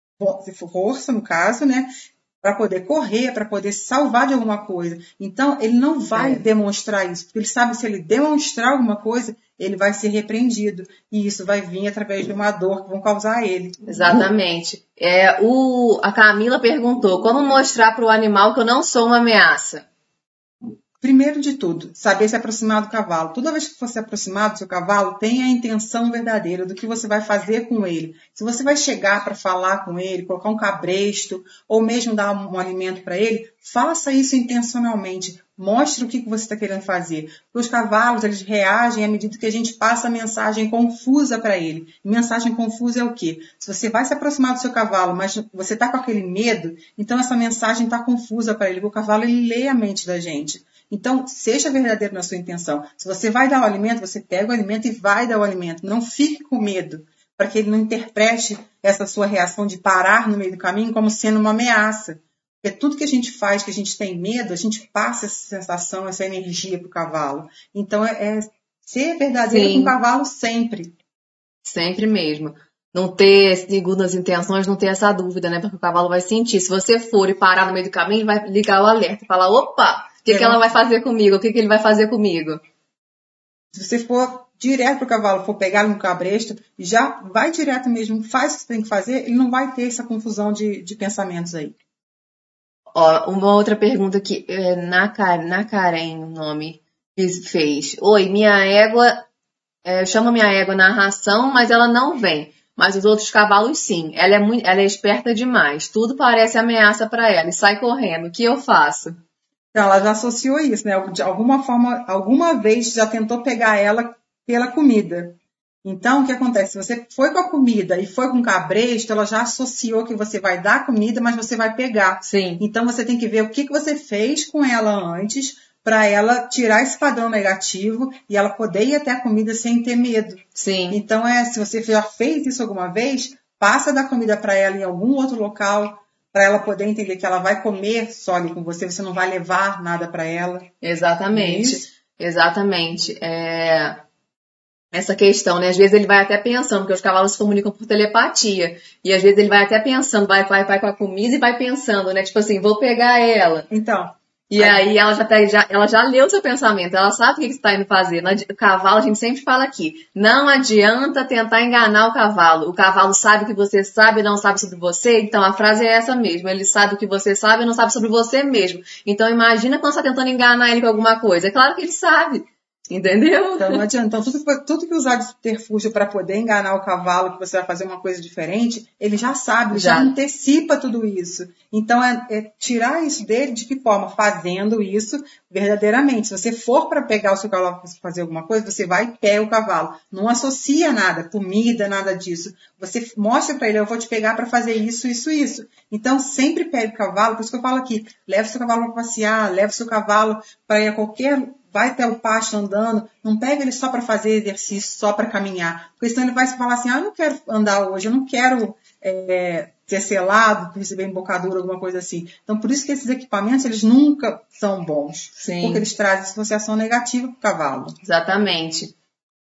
[SPEAKER 2] força, no caso, né? Para poder correr, para poder se salvar de alguma coisa. Então, ele não vai é. demonstrar isso, porque ele sabe que se ele demonstrar alguma coisa, ele vai ser repreendido. E isso vai vir através de uma dor que vão causar a ele.
[SPEAKER 1] Exatamente. É, o, a Camila perguntou, como mostrar para o animal que eu não sou uma ameaça?
[SPEAKER 2] Primeiro de tudo, saber se aproximar do cavalo. Toda vez que você se aproximar do seu cavalo, tenha a intenção verdadeira do que você vai fazer com ele. Se você vai chegar para falar com ele, colocar um cabresto, ou mesmo dar um, um alimento para ele, faça isso intencionalmente. Mostre o que você está querendo fazer. Porque os cavalos, eles reagem à medida que a gente passa a mensagem confusa para ele. E mensagem confusa é o quê? Se você vai se aproximar do seu cavalo, mas você está com aquele medo, então essa mensagem está confusa para ele. Porque o cavalo, ele lê a mente da gente. Então, seja verdadeiro na sua intenção. Se você vai dar o alimento, você pega o alimento e vai dar o alimento. Não fique com medo, para que ele não interprete essa sua reação de parar no meio do caminho como sendo uma ameaça. Porque tudo que a gente faz, que a gente tem medo, a gente passa essa sensação, essa energia para o cavalo. Então, é, é ser verdadeiro Sim. com o cavalo sempre.
[SPEAKER 1] Sempre mesmo. Não ter segundas intenções, não ter essa dúvida, né? Porque o cavalo vai sentir. Se você for e parar no meio do caminho, ele vai ligar o alerta e falar, opa, o que, é. que ela vai fazer comigo? O que, que ele vai fazer comigo?
[SPEAKER 2] Se você for direto para o cavalo, for pegar no cabresto, já vai direto mesmo, faz o que você tem que fazer, ele não vai ter essa confusão de, de pensamentos aí.
[SPEAKER 1] Ó, uma outra pergunta que é, na, na Karen, o nome que fez. Oi, minha égua, é, eu chamo minha égua na ração, mas ela não vem. Mas os outros cavalos sim. Ela é, muito, ela é esperta demais. Tudo parece ameaça para ela e sai correndo. O que eu faço?
[SPEAKER 2] Então, ela já associou isso, né? De alguma forma, alguma vez já tentou pegar ela pela comida. Então, o que acontece? Se você foi com a comida e foi com o cabresto, ela já associou que você vai dar comida, mas você vai pegar.
[SPEAKER 1] Sim.
[SPEAKER 2] Então, você tem que ver o que, que você fez com ela antes para ela tirar esse padrão negativo e ela poder ir até a comida sem ter medo.
[SPEAKER 1] Sim.
[SPEAKER 2] Então, é, se você já fez isso alguma vez, passa a dar comida para ela em algum outro local, para ela poder entender que ela vai comer só ali com você, você não vai levar nada para ela.
[SPEAKER 1] Exatamente. É Exatamente. É... Essa questão, né? Às vezes ele vai até pensando, porque os cavalos se comunicam por telepatia. E às vezes ele vai até pensando, vai, vai, vai com a comida e vai pensando, né? Tipo assim, vou pegar ela.
[SPEAKER 2] Então.
[SPEAKER 1] E aí, aí ela, já, já, ela já leu o seu pensamento, ela sabe o que, que você está indo fazer. O cavalo, a gente sempre fala aqui, não adianta tentar enganar o cavalo. O cavalo sabe o que você sabe e não sabe sobre você. Então a frase é essa mesmo, ele sabe o que você sabe e não sabe sobre você mesmo. Então imagina quando você está tentando enganar ele com alguma coisa. É claro que ele sabe. Entendeu?
[SPEAKER 2] Então não adianta. Então tudo, tudo que usar de subterfúgio para poder enganar o cavalo, que você vai fazer uma coisa diferente, ele já sabe, ele já, já antecipa tudo isso. Então é, é tirar isso dele de que forma? Fazendo isso verdadeiramente. Se você for para pegar o seu cavalo para fazer alguma coisa, você vai e pega o cavalo. Não associa nada, comida, nada disso. Você mostra para ele, eu vou te pegar para fazer isso, isso, isso. Então sempre pegue o cavalo, por isso que eu falo aqui, leve o seu cavalo para passear, leve o seu cavalo para ir a qualquer... vai até o pasto andando, não pega ele só para fazer exercício, só para caminhar. Porque senão ele vai falar assim, ah, eu não quero andar hoje, eu não quero é, ser selado, receber embocadura, alguma coisa assim. Então, por isso que esses equipamentos, eles nunca são bons.
[SPEAKER 1] Sim.
[SPEAKER 2] Porque eles trazem associação negativa para o cavalo.
[SPEAKER 1] Exatamente.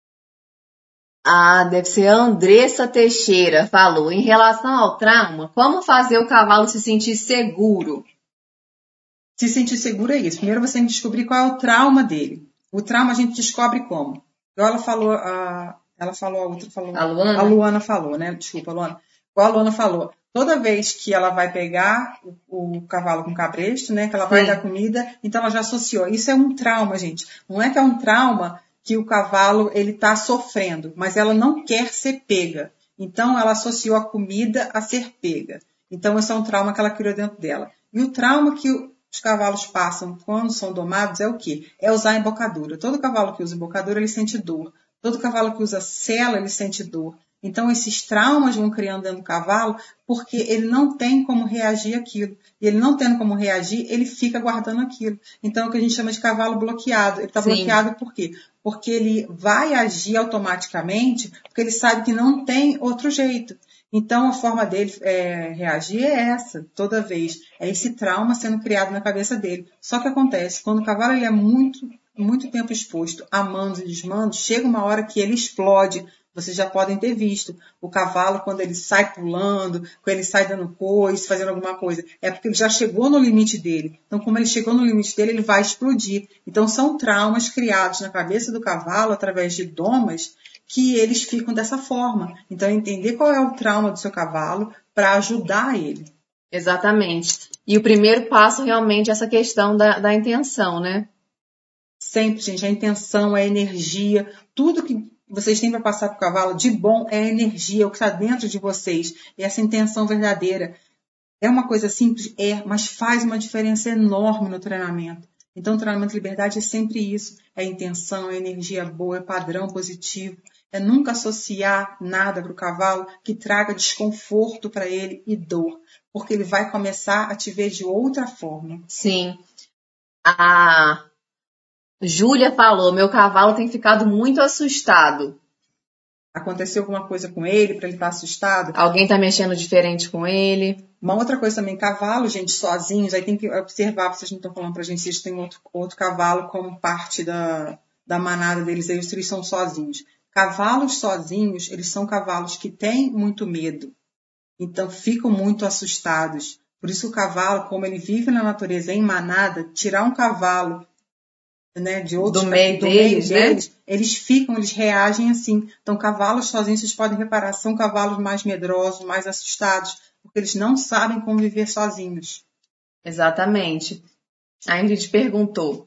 [SPEAKER 1] Ah, deve ser a Andressa Teixeira, falou. Em relação ao trauma, como fazer o cavalo se sentir seguro?
[SPEAKER 2] Se sentir seguro é isso. Primeiro você tem que descobrir qual é o trauma dele. O trauma a gente descobre como? Igual ela falou, a, ela falou, a outra falou.
[SPEAKER 1] A Luana?
[SPEAKER 2] A Luana falou, né? Desculpa, Luana. Igual a Luana falou. Toda vez que ela vai pegar o, o cavalo com cabresto, né? Que ela vai Sim. dar comida, então ela já associou. Isso é um trauma, gente. Não é que é um trauma que o cavalo ele está sofrendo, mas ela não quer ser pega. Então ela associou a comida a ser pega. Então esse é um trauma que ela criou dentro dela. E o trauma que os cavalos passam quando são domados é o quê? É usar a embocadura. Todo cavalo que usa embocadura, ele sente dor. Todo cavalo que usa sela, ele sente dor. Então, esses traumas vão criando dentro do cavalo porque ele não tem como reagir àquilo. E ele não tendo como reagir, ele fica guardando aquilo. Então, é o que a gente chama de cavalo bloqueado. Ele está bloqueado por quê? Porque ele vai agir automaticamente porque ele sabe que não tem outro jeito. Então, a forma dele é, reagir é essa, toda vez. É esse trauma sendo criado na cabeça dele. Só que acontece, quando o cavalo ele é muito, muito tempo exposto a mandos e desmandos, chega uma hora que ele explode. Vocês já podem ter visto o cavalo quando ele sai pulando, quando ele sai dando coice, fazendo alguma coisa. É porque ele já chegou no limite dele. Então, como ele chegou no limite dele, ele vai explodir. Então, são traumas criados na cabeça do cavalo através de domas que eles ficam dessa forma. Então, entender qual é o trauma do seu cavalo para ajudar ele.
[SPEAKER 1] Exatamente. E o primeiro passo realmente é essa questão da, da intenção, né?
[SPEAKER 2] Sempre, gente, a intenção, a energia, tudo que vocês têm para passar para o cavalo de bom é a energia, o que está dentro de vocês. E essa intenção verdadeira. É uma coisa simples? É, mas faz uma diferença enorme no treinamento. Então, o treinamento de liberdade é sempre isso. É intenção, é energia boa, é padrão positivo. É nunca associar nada para o cavalo que traga desconforto para ele e dor. Porque ele vai começar a te ver de outra forma.
[SPEAKER 1] Sim. A Júlia falou, meu cavalo tem ficado muito assustado.
[SPEAKER 2] Aconteceu alguma coisa com ele para ele estar assustado?
[SPEAKER 1] Alguém está mexendo diferente com ele?
[SPEAKER 2] Uma outra coisa também, cavalo, gente, sozinhos, aí tem que observar, vocês não estão falando para a gente se eles têm outro, outro cavalo como parte da, da manada deles, aí eles são sozinhos. Cavalos sozinhos, eles são cavalos que têm muito medo, então ficam muito assustados. Por isso o cavalo, como ele vive na natureza em manada, tirar um cavalo, né, de outros,
[SPEAKER 1] do meio,
[SPEAKER 2] do
[SPEAKER 1] deles,
[SPEAKER 2] meio
[SPEAKER 1] né?
[SPEAKER 2] deles, eles ficam, eles reagem assim. Então cavalos sozinhos, vocês podem reparar, são cavalos mais medrosos, mais assustados, porque eles não sabem conviver sozinhos.
[SPEAKER 1] Exatamente. A Ingrid perguntou,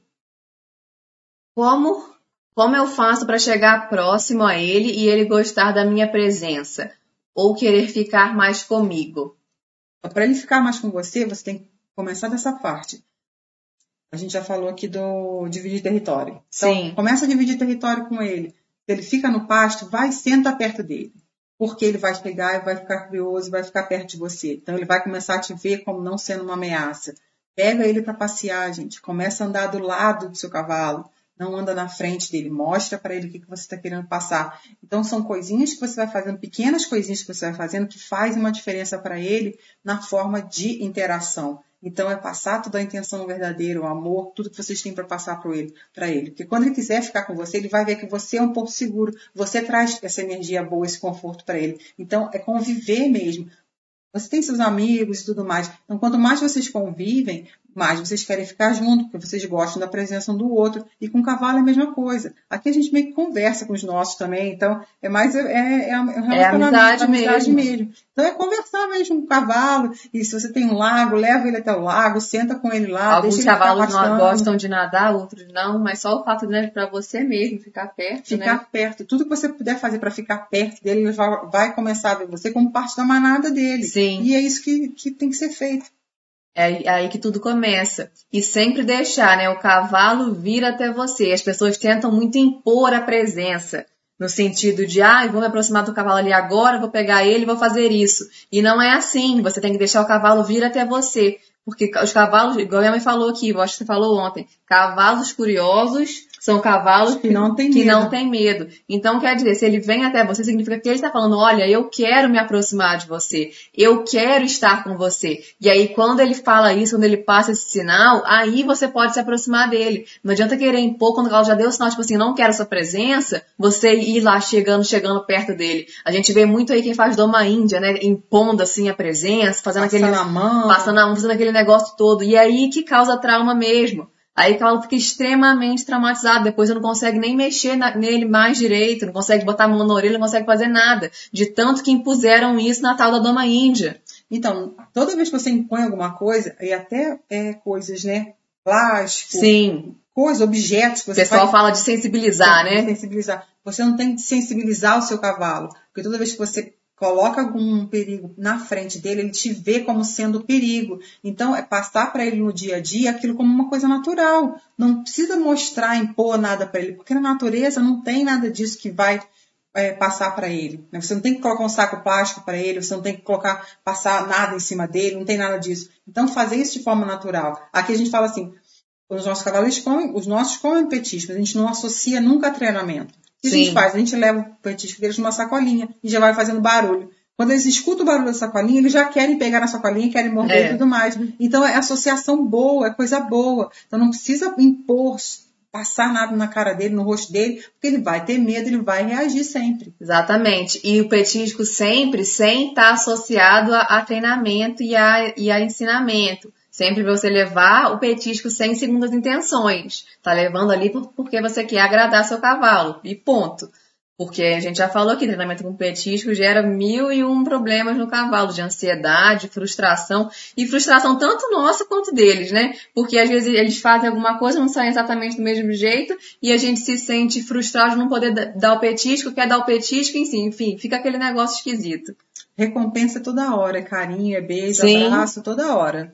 [SPEAKER 1] como... Como eu faço para chegar próximo a ele e ele gostar da minha presença? Ou querer ficar mais comigo?
[SPEAKER 2] Para ele ficar mais com você, você tem que começar dessa parte. A gente já falou aqui do dividir território. Então,
[SPEAKER 1] Sim.
[SPEAKER 2] Começa a dividir território com ele. Se ele fica no pasto, vai e senta perto dele. Porque ele vai pegar e vai ficar curioso, vai ficar perto de você. Então, ele vai começar a te ver como não sendo uma ameaça. Pega ele para passear, gente. Começa a andar do lado do seu cavalo. Não anda na frente dele, mostra para ele o que você está querendo passar. Então, são coisinhas que você vai fazendo, pequenas coisinhas que você vai fazendo, que fazem uma diferença para ele na forma de interação. Então, é passar toda a intenção verdadeira, o amor, tudo que vocês têm para passar para ele, para ele. Porque quando ele quiser ficar com você, ele vai ver que você é um porto seguro, você traz essa energia boa, esse conforto para ele. Então, é conviver mesmo. Você tem seus amigos e tudo mais. Então, quanto mais vocês convivem, mas vocês querem ficar junto, porque vocês gostam da presença um do outro. E com o cavalo é a mesma coisa. Aqui a gente meio que conversa com os nossos também, então é mais é, é, é um relacionamento,
[SPEAKER 1] é amizade,
[SPEAKER 2] amizade
[SPEAKER 1] mesmo.
[SPEAKER 2] mesmo. Então é conversar mesmo com o cavalo, e se você tem um lago, leva ele até o lago, senta com ele lá,
[SPEAKER 1] Alguns
[SPEAKER 2] deixa ele
[SPEAKER 1] cavalos
[SPEAKER 2] ficar pastando.
[SPEAKER 1] gostam de nadar, outros não, mas só o fato de, né, para você mesmo ficar perto,
[SPEAKER 2] Ficar
[SPEAKER 1] né?
[SPEAKER 2] perto. Tudo que você puder fazer para ficar perto dele, ele vai, vai começar a ver você como parte da manada dele.
[SPEAKER 1] Sim.
[SPEAKER 2] E é isso que, que tem que ser feito.
[SPEAKER 1] É aí que tudo começa. E sempre deixar, né, o cavalo vir até você. As pessoas tentam muito impor a presença. No sentido de, ah, vou me aproximar do cavalo ali agora, vou pegar ele e vou fazer isso. E não é assim. Você tem que deixar o cavalo vir até você. Porque os cavalos, igual a minha mãe falou aqui, eu acho que você falou ontem, cavalos curiosos são cavalos
[SPEAKER 2] que não tem
[SPEAKER 1] que
[SPEAKER 2] medo.
[SPEAKER 1] não tem medo. Então, quer dizer, se ele vem até você, significa que ele está falando, olha, eu quero me aproximar de você, eu quero estar com você. E aí, quando ele fala isso, quando ele passa esse sinal, aí você pode se aproximar dele. Não adianta querer impor, quando o cavalo já deu o sinal, tipo assim, não quero sua presença, você ir lá chegando, chegando perto dele. A gente vê muito aí quem faz doma índia, né, impondo assim a presença, fazendo
[SPEAKER 2] Passando
[SPEAKER 1] aquele...
[SPEAKER 2] a mão.
[SPEAKER 1] Passando a mão, fazendo aquele negócio todo. E aí que causa trauma mesmo. Aí o cavalo fica extremamente traumatizado. Depois você não consegue nem mexer na, nele mais direito, não consegue botar a mão na orelha, não consegue fazer nada. De tanto que impuseram isso na tal da doma índia.
[SPEAKER 2] Então, toda vez que você impõe alguma coisa, e até é, coisas, né? Plástico,
[SPEAKER 1] Sim.
[SPEAKER 2] coisas, objetos. Que
[SPEAKER 1] O
[SPEAKER 2] você
[SPEAKER 1] pessoal
[SPEAKER 2] faz,
[SPEAKER 1] fala de sensibilizar,
[SPEAKER 2] de
[SPEAKER 1] né?
[SPEAKER 2] Sensibilizar. Você não tem que sensibilizar o seu cavalo. Porque toda vez que você coloca algum perigo na frente dele, ele te vê como sendo perigo. Então, é passar para ele no dia a dia aquilo como uma coisa natural. Não precisa mostrar, impor nada para ele, porque na natureza não tem nada disso que vai é, passar para ele. Você não tem que colocar um saco plástico para ele, você não tem que colocar, passar nada em cima dele, não tem nada disso. Então, fazer isso de forma natural. Aqui a gente fala assim, os nossos cavalos comem, os nossos comem petiscos, a gente não associa nunca a treinamento. O que Sim. a gente faz? A gente leva o petisco deles numa sacolinha e já vai fazendo barulho. Quando eles escutam o barulho da sacolinha, eles já querem pegar na sacolinha, querem morder é. e tudo mais. Então, é associação boa, é coisa boa. Então, não precisa impor, passar nada na cara dele, no rosto dele, porque ele vai ter medo, ele vai reagir sempre.
[SPEAKER 1] Exatamente. E o petisco sempre, sem estar associado a, a treinamento e a, e a ensinamento. Sempre você levar o petisco sem segundas intenções. Tá levando ali porque você quer agradar seu cavalo. E ponto. Porque a gente já falou que treinamento com petisco gera mil e um problemas no cavalo, de ansiedade, frustração. E frustração tanto nossa quanto deles, né? Porque às vezes eles fazem alguma coisa, não saem exatamente do mesmo jeito, e a gente se sente frustrado de não poder dar o petisco, quer dar o petisco, enfim, enfim, fica aquele negócio esquisito.
[SPEAKER 2] Recompensa toda hora, é carinho, é beijo,
[SPEAKER 1] Sim.
[SPEAKER 2] abraço, toda hora.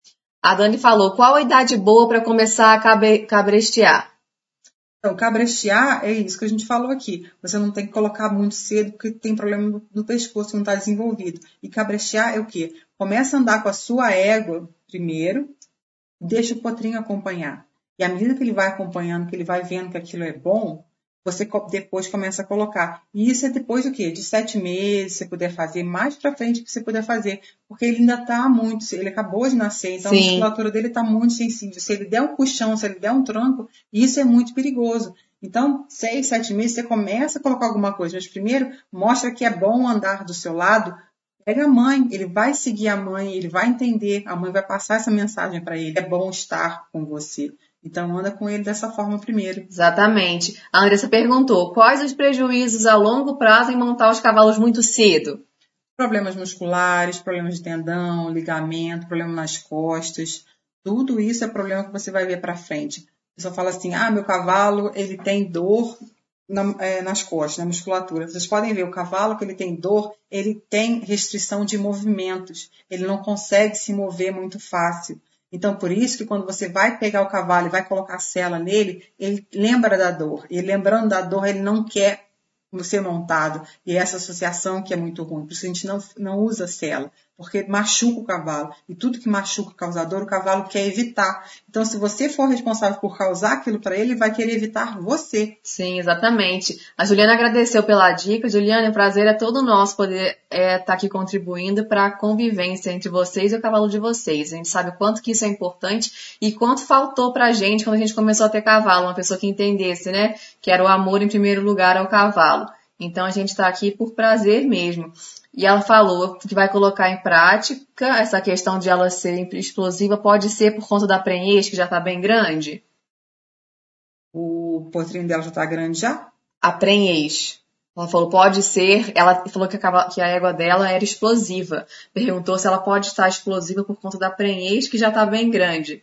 [SPEAKER 1] A Dani falou, qual a idade boa para começar a cabe- cabrestear?
[SPEAKER 2] Então, cabrestear é isso que a gente falou aqui. Você não tem que colocar muito cedo porque tem problema no pescoço que não está desenvolvido. E cabrestear é o quê? Começa a andar com a sua égua primeiro, deixa o potrinho acompanhar. E à medida que ele vai acompanhando, que ele vai vendo que aquilo é bom, você depois começa a colocar. E isso é depois do quê? De sete meses, se você puder fazer, mais pra frente que você puder fazer. Porque ele ainda tá muito, ele acabou de nascer, então Sim. a musculatura dele tá muito sensível. Se ele der um puxão, se ele der um tranco, isso é muito perigoso. Então, seis, sete meses, você começa a colocar alguma coisa. Mas primeiro, mostra que é bom andar do seu lado. Pega a mãe, ele vai seguir a mãe, ele vai entender, a mãe vai passar essa mensagem para ele. É bom estar com você. Então, anda com ele dessa forma primeiro.
[SPEAKER 1] Exatamente. A Andressa perguntou, quais os prejuízos a longo prazo em montar os cavalos muito cedo?
[SPEAKER 2] Problemas musculares, problemas de tendão, ligamento, problema nas costas. Tudo isso é problema que você vai ver para frente. A pessoa fala assim, ah, meu cavalo, ele tem dor na, é, nas costas, na musculatura. Vocês podem ver, o cavalo que ele tem dor, ele tem restrição de movimentos. Ele não consegue se mover muito fácil. Então, por isso que quando você vai pegar o cavalo e vai colocar a sela nele, ele lembra da dor. E lembrando da dor, ele não quer ser montado. E é essa associação que é muito ruim. Por isso a gente não, não usa sela, porque machuca o cavalo. E tudo que machuca o causador, o cavalo quer evitar. Então, se você for responsável por causar aquilo para ele, ele vai querer evitar você.
[SPEAKER 1] Sim, exatamente. A Juliana agradeceu pela dica. Juliana, o prazer é todo nosso poder estar é, tá aqui contribuindo para a convivência entre vocês e o cavalo de vocês. A gente sabe o quanto que isso é importante e quanto faltou para a gente quando a gente começou a ter cavalo. Uma pessoa que entendesse, né? Que era o amor em primeiro lugar ao cavalo. Então a gente está aqui por prazer mesmo. E ela falou que vai colocar em prática essa questão de ela ser explosiva, pode ser por conta da prenhez, que já está bem grande?
[SPEAKER 2] O potrinho dela já está grande já?
[SPEAKER 1] A prenhez. Ela falou, pode ser, ela falou que a, que a égua dela era explosiva. Perguntou se ela pode estar explosiva por conta da prenhez, que já está bem grande.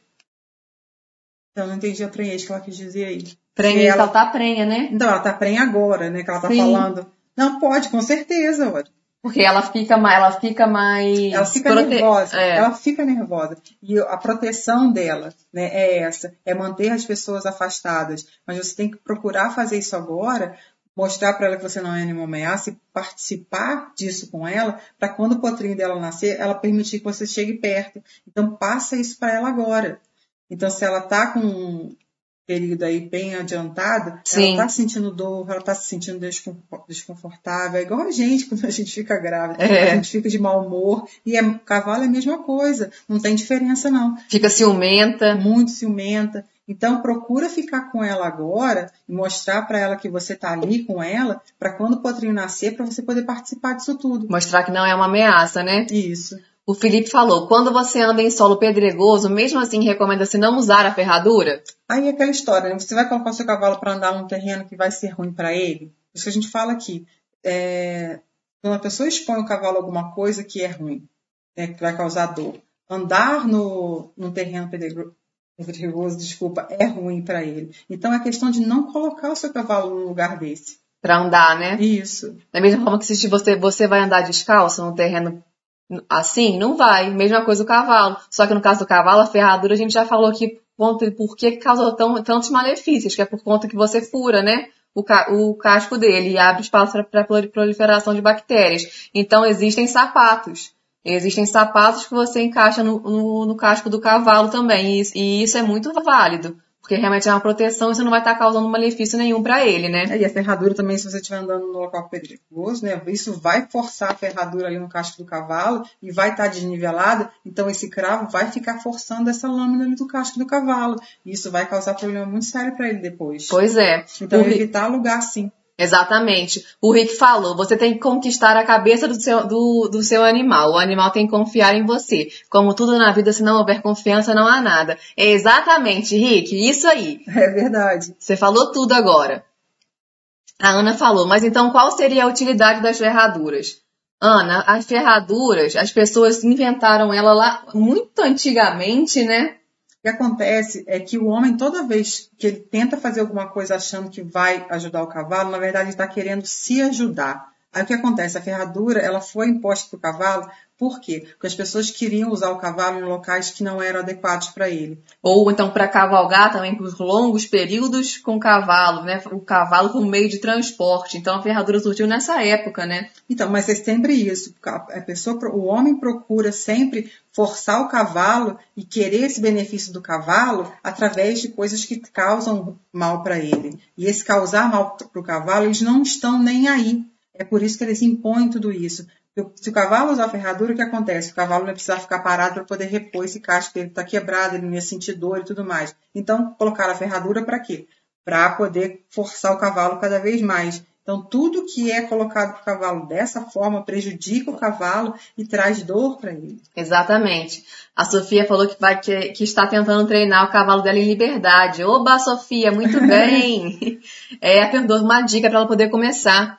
[SPEAKER 2] Eu não entendi a prenhez que ela quis dizer aí.
[SPEAKER 1] Prenhez, ela... ela tá prenha, né?
[SPEAKER 2] Então, ela tá prenha agora, né? Que ela tá Sim. falando. Não, pode, com certeza, olha.
[SPEAKER 1] Porque ela fica mais... Ela fica mais...
[SPEAKER 2] Ela fica prote... nervosa. É. Ela fica nervosa. E a proteção dela, né, é essa. É manter as pessoas afastadas. Mas você tem que procurar fazer isso agora, mostrar para ela que você não é nenhuma ameaça e participar disso com ela, para quando o potrinho dela nascer, ela permitir que você chegue perto. Então, passa isso para ela agora. Então, se ela tá com um período aí bem adiantado, Sim. ela tá sentindo dor, ela tá se sentindo desconfortável. É igual a gente, quando a gente fica grávida. É. A gente fica de mau humor. E é, cavalo é a mesma coisa. Não tem diferença, não.
[SPEAKER 1] Fica ciumenta.
[SPEAKER 2] Muito ciumenta. Então, procura ficar com ela agora e mostrar para ela que você tá ali com ela, para quando o potrinho nascer, para você poder participar disso tudo.
[SPEAKER 1] Mostrar que não é uma ameaça, né?
[SPEAKER 2] Isso.
[SPEAKER 1] O Felipe falou, quando você anda em solo pedregoso, mesmo assim recomenda-se não usar a ferradura?
[SPEAKER 2] Aí é aquela história, né? Você vai colocar o seu cavalo para andar num terreno que vai ser ruim para ele? Isso que a gente fala aqui. É... Quando a pessoa expõe o cavalo a alguma coisa que é ruim, né? Que vai causar dor. Andar no, no terreno pedregoso, pedregoso, desculpa, é ruim para ele. Então é questão de não colocar o seu cavalo num lugar desse.
[SPEAKER 1] Para andar, né?
[SPEAKER 2] Isso.
[SPEAKER 1] Da mesma forma que se você, você vai andar descalço num terreno assim, não vai. Mesma coisa o cavalo. Só que no caso do cavalo, a ferradura, a gente já falou aqui por que causa tão, tantos malefícios, que é por conta que você fura, né? O, ca, o casco dele e abre espaço para proliferação de bactérias. Então, existem sapatos. Existem sapatos que você encaixa no, no, no casco do cavalo também. E, e isso é muito válido. Porque realmente é uma proteção e você não vai estar causando malefício nenhum para ele, né?
[SPEAKER 2] É, e a ferradura também, se você estiver andando no local pedregoso, né? Isso vai forçar a ferradura ali no casco do cavalo e vai estar desnivelada. Então, esse cravo vai ficar forçando essa lâmina ali do casco do cavalo. E isso vai causar problema muito sério para ele depois.
[SPEAKER 1] Pois é.
[SPEAKER 2] Então, evitar lugar assim.
[SPEAKER 1] Exatamente. O Rick falou, você tem que conquistar a cabeça do seu, do, do seu animal. O animal tem que confiar em você. Como tudo na vida, se não houver confiança, não há nada. É exatamente, Rick, isso aí.
[SPEAKER 2] É verdade.
[SPEAKER 1] Você falou tudo agora. A Ana falou, mas então qual seria a utilidade das ferraduras? Ana, as ferraduras, as pessoas inventaram ela lá muito antigamente, né?
[SPEAKER 2] O que acontece é que o homem, toda vez que ele tenta fazer alguma coisa achando que vai ajudar o cavalo, na verdade ele está querendo se ajudar. Aí o que acontece? A ferradura, ela foi imposta para o cavalo, por quê? Porque as pessoas queriam usar o cavalo em locais que não eram adequados para ele.
[SPEAKER 1] Ou então para cavalgar também por longos períodos com o cavalo, né? O cavalo como meio de transporte. Então a ferradura surgiu nessa época, né?
[SPEAKER 2] Então, mas é sempre isso. A pessoa, o homem procura sempre forçar o cavalo e querer esse benefício do cavalo através de coisas que causam mal para ele. E esse causar mal para o cavalo, eles não estão nem aí. É por isso que eles impõem tudo isso. Se o cavalo usar a ferradura, o que acontece? O cavalo vai precisar ficar parado para poder repor esse casco, ele está quebrado, ele não ia sentir dor e tudo mais. Então, colocar a ferradura para quê? Para poder forçar o cavalo cada vez mais. Então, tudo que é colocado para o cavalo dessa forma prejudica o cavalo e traz dor para ele.
[SPEAKER 1] Exatamente. A Sofia falou que, vai, que, que está tentando treinar o cavalo dela em liberdade. Oba, Sofia, muito bem! É, perguntou uma dica para ela poder começar.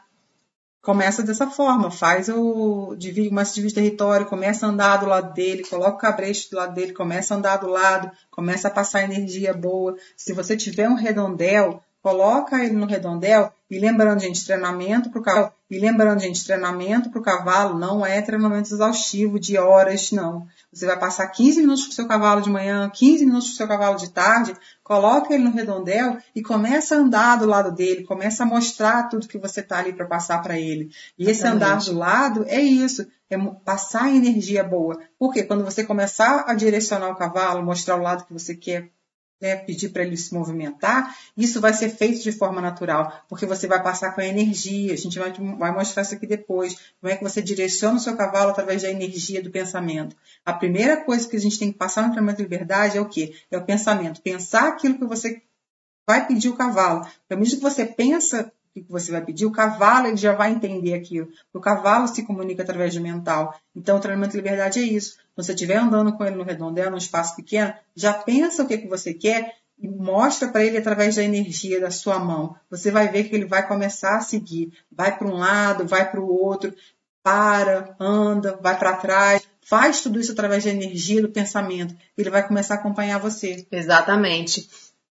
[SPEAKER 2] Começa dessa forma, faz o, divide, começa a dividir território, começa a andar do lado dele, coloca o cabresto do lado dele, começa a andar do lado, começa a passar energia boa. Se você tiver um redondel, coloca ele no redondel e lembrando, gente, treinamento para o cavalo, e lembrando, gente, treinamento para o cavalo não é treinamento exaustivo de horas, não. Você vai passar quinze minutos com o seu cavalo de manhã, quinze minutos com o seu cavalo de tarde, coloca ele no redondel e começa a andar do lado dele, começa a mostrar tudo que você está ali para passar para ele. E esse
[SPEAKER 1] Exatamente.
[SPEAKER 2] Andar do lado é isso, é passar energia boa. Porque quando você começar a direcionar o cavalo, mostrar o lado que você quer, né, pedir para ele se movimentar, isso vai ser feito de forma natural, porque você vai passar com a energia, a gente vai, vai mostrar isso aqui depois, como é que você direciona o seu cavalo através da energia do pensamento. A primeira coisa que a gente tem que passar no treinamento de liberdade é o quê? É o pensamento, pensar aquilo que você vai pedir o cavalo. Pelo menos que você pensa que você vai pedir, o cavalo ele já vai entender aquilo. O cavalo se comunica através do mental. Então, o treinamento de liberdade é isso. Quando você estiver andando com ele no redondel, num espaço pequeno, já pensa o que, que você quer e mostra para ele através da energia da sua mão. Você vai ver que ele vai começar a seguir. Vai para um lado, vai para o outro, para, anda, vai para trás. Faz tudo isso através da energia do pensamento. Ele vai começar a acompanhar você.
[SPEAKER 1] Exatamente.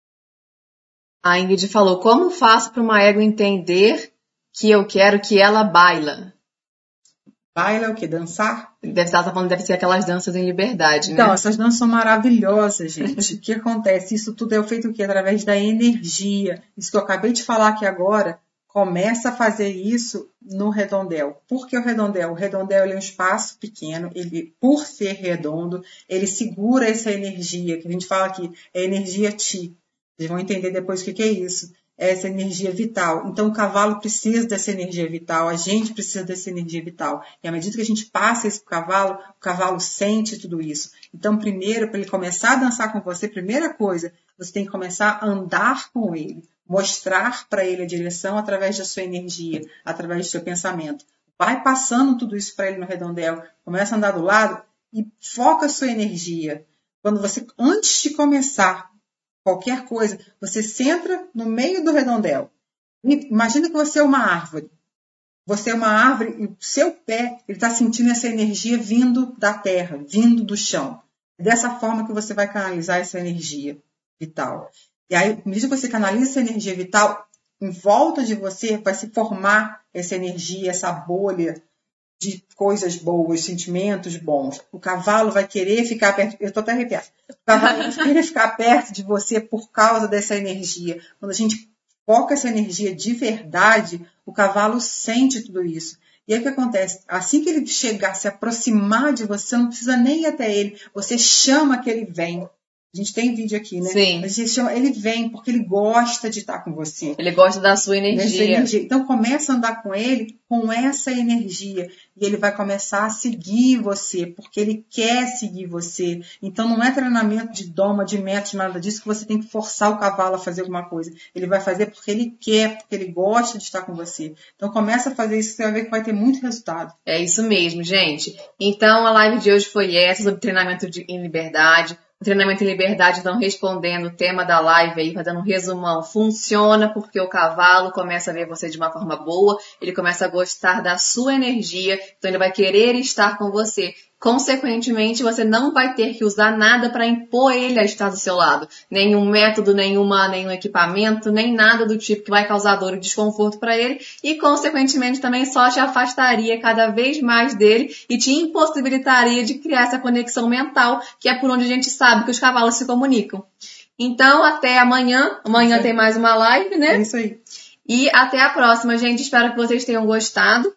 [SPEAKER 1] A Ingrid falou, como faço para uma égua entender que eu quero que ela baila?
[SPEAKER 2] Baila é o quê? Dançar?
[SPEAKER 1] Deve estar falando, deve ser aquelas danças em liberdade, né?
[SPEAKER 2] Então, essas danças são maravilhosas, gente. O que acontece? Isso tudo é feito o quê? Através da energia. Isso que eu acabei de falar aqui agora, começa a fazer isso no redondel. Por que o redondel? O redondel ele é um espaço pequeno, ele, por ser redondo, ele segura essa energia, que a gente fala aqui, é energia Ti. Vocês vão entender depois o que é isso. É essa energia vital. Então, o cavalo precisa dessa energia vital, a gente precisa dessa energia vital. E à medida que a gente passa isso para o cavalo, o cavalo sente tudo isso. Então, primeiro, para ele começar a dançar com você, primeira coisa, você tem que começar a andar com ele. Mostrar para ele a direção através da sua energia, através do seu pensamento. Vai passando tudo isso para ele no redondel, começa a andar do lado e foca a sua energia. Quando você, antes de começar qualquer coisa, você centra no meio do redondel. Imagina que você é uma árvore. Você é uma árvore e o seu pé está sentindo essa energia vindo da terra, vindo do chão. É dessa forma que você vai canalizar essa energia vital. E aí, à medida que você canaliza essa energia vital, em volta de você vai se formar essa energia, essa bolha de coisas boas, sentimentos bons. O cavalo vai querer ficar perto... Eu estou até arrepiada. O cavalo vai querer ficar perto de você por causa dessa energia. Quando a gente foca essa energia de verdade, o cavalo sente tudo isso. E aí o que acontece? Assim que ele chegar, se aproximar de você, você não precisa nem ir até ele. Você chama que ele vem. A gente tem vídeo aqui, né?
[SPEAKER 1] Sim.
[SPEAKER 2] A gente chama, ele vem porque ele gosta de estar com você.
[SPEAKER 1] Ele gosta da sua energia.
[SPEAKER 2] energia. Então, começa a andar com ele com essa energia. E ele vai começar a seguir você, porque ele quer seguir você. Então, não é treinamento de doma, de método, nada disso, que você tem que forçar o cavalo a fazer alguma coisa. Ele vai fazer porque ele quer, porque ele gosta de estar com você. Então, começa a fazer isso, você vai ver que vai ter muito resultado.
[SPEAKER 1] É isso mesmo, gente. Então, a live de hoje foi essa, sobre treinamento de, em liberdade. O treinamento em liberdade, então, respondendo o tema da live aí, fazendo um resumão, funciona porque o cavalo começa a ver você de uma forma boa, ele começa a gostar da sua energia, então ele vai querer estar com você. Consequentemente, você não vai ter que usar nada para impor ele a estar do seu lado. Nenhum método, nenhuma, nenhum equipamento, nem nada do tipo que vai causar dor e desconforto para ele. E, consequentemente, também só te afastaria cada vez mais dele e te impossibilitaria de criar essa conexão mental, que é por onde a gente sabe que os cavalos se comunicam. Então, até amanhã. Amanhã tem mais uma live, né?
[SPEAKER 2] É isso aí.
[SPEAKER 1] E até a próxima, gente. Espero que vocês tenham gostado.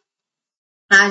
[SPEAKER 1] A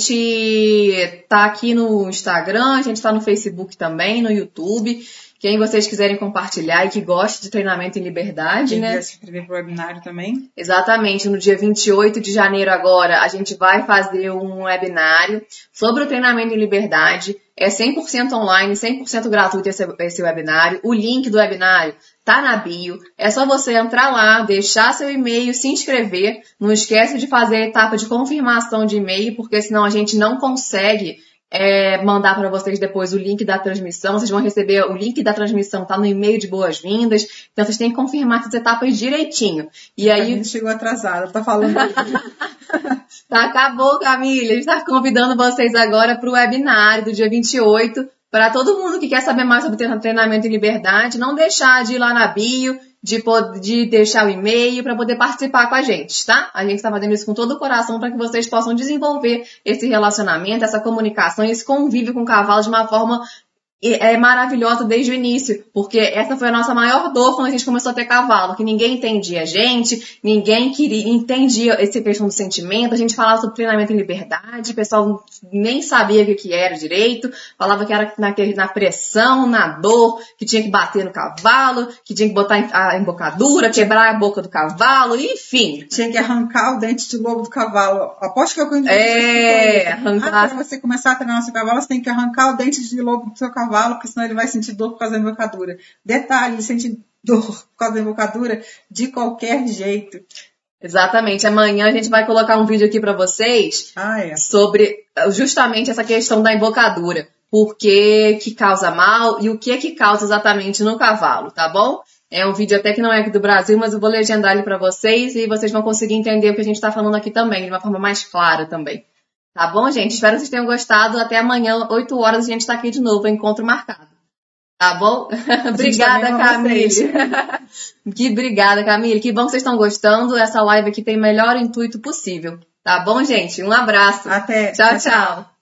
[SPEAKER 1] gente tá aqui no Instagram, a gente tá no Facebook também, no YouTube. Quem vocês quiserem compartilhar e que goste de treinamento em liberdade,
[SPEAKER 2] Quem
[SPEAKER 1] né?
[SPEAKER 2] quiser se inscrever pro webinário também.
[SPEAKER 1] Exatamente, no dia vinte e oito de janeiro agora, a gente vai fazer um webinário sobre o treinamento em liberdade. É cem por cento online, cem por cento gratuito esse, esse webinário. O link do webinário tá na bio. É só você entrar lá, deixar seu e-mail, se inscrever. Não esquece de fazer a etapa de confirmação de e-mail, porque senão a gente não consegue é, mandar para vocês depois o link da transmissão. Vocês vão receber o link da transmissão, tá no e-mail de boas-vindas. Então vocês têm que confirmar essas etapas direitinho. E aí...
[SPEAKER 2] A gente chegou atrasada, tá falando...
[SPEAKER 1] Tá, acabou, Camila. A gente tá convidando vocês agora para o webinário do dia vinte e oito. Para todo mundo que quer saber mais sobre treinamento em liberdade, não deixar de ir lá na bio, de, de deixar o e-mail para poder participar com a gente, tá? A gente está fazendo isso com todo o coração para que vocês possam desenvolver esse relacionamento, essa comunicação, esse convívio com o cavalo de uma forma é maravilhosa desde o início, porque essa foi a nossa maior dor quando a gente começou a ter cavalo, que ninguém entendia a gente, ninguém queria, entendia essa questão do sentimento, a gente falava sobre treinamento em liberdade, o pessoal nem sabia o que, que era direito, falava que era na, na pressão, na dor, que tinha que bater no cavalo, que tinha que botar a embocadura, quebrar a boca do cavalo, enfim.
[SPEAKER 2] Tinha que arrancar o dente de lobo do cavalo. Aposto que eu conheço.
[SPEAKER 1] É, arrancar.
[SPEAKER 2] Ah, para você começar a treinar o seu cavalo, você tem que arrancar o dente de lobo do seu cavalo, porque senão ele vai sentir dor por causa da embocadura. Detalhe, ele sente dor por causa da embocadura de qualquer jeito.
[SPEAKER 1] Exatamente. Amanhã a gente vai colocar um vídeo aqui para vocês
[SPEAKER 2] ah, é.
[SPEAKER 1] sobre justamente essa questão da embocadura. Por que que causa mal e o que é que causa exatamente no cavalo, tá bom? É um vídeo até que não é aqui do Brasil, mas eu vou legendar ele para vocês e vocês vão conseguir entender o que a gente está falando aqui também, de uma forma mais clara também. Tá bom, gente? Espero que vocês tenham gostado. Até amanhã, oito horas, a gente está aqui de novo, encontro marcado. Tá bom? Obrigada, Camille. Que obrigada, Camille. Que bom que vocês estão gostando. Essa live aqui tem o melhor intuito possível. Tá bom, gente? Um abraço.
[SPEAKER 2] Até.
[SPEAKER 1] Tchau, tchau.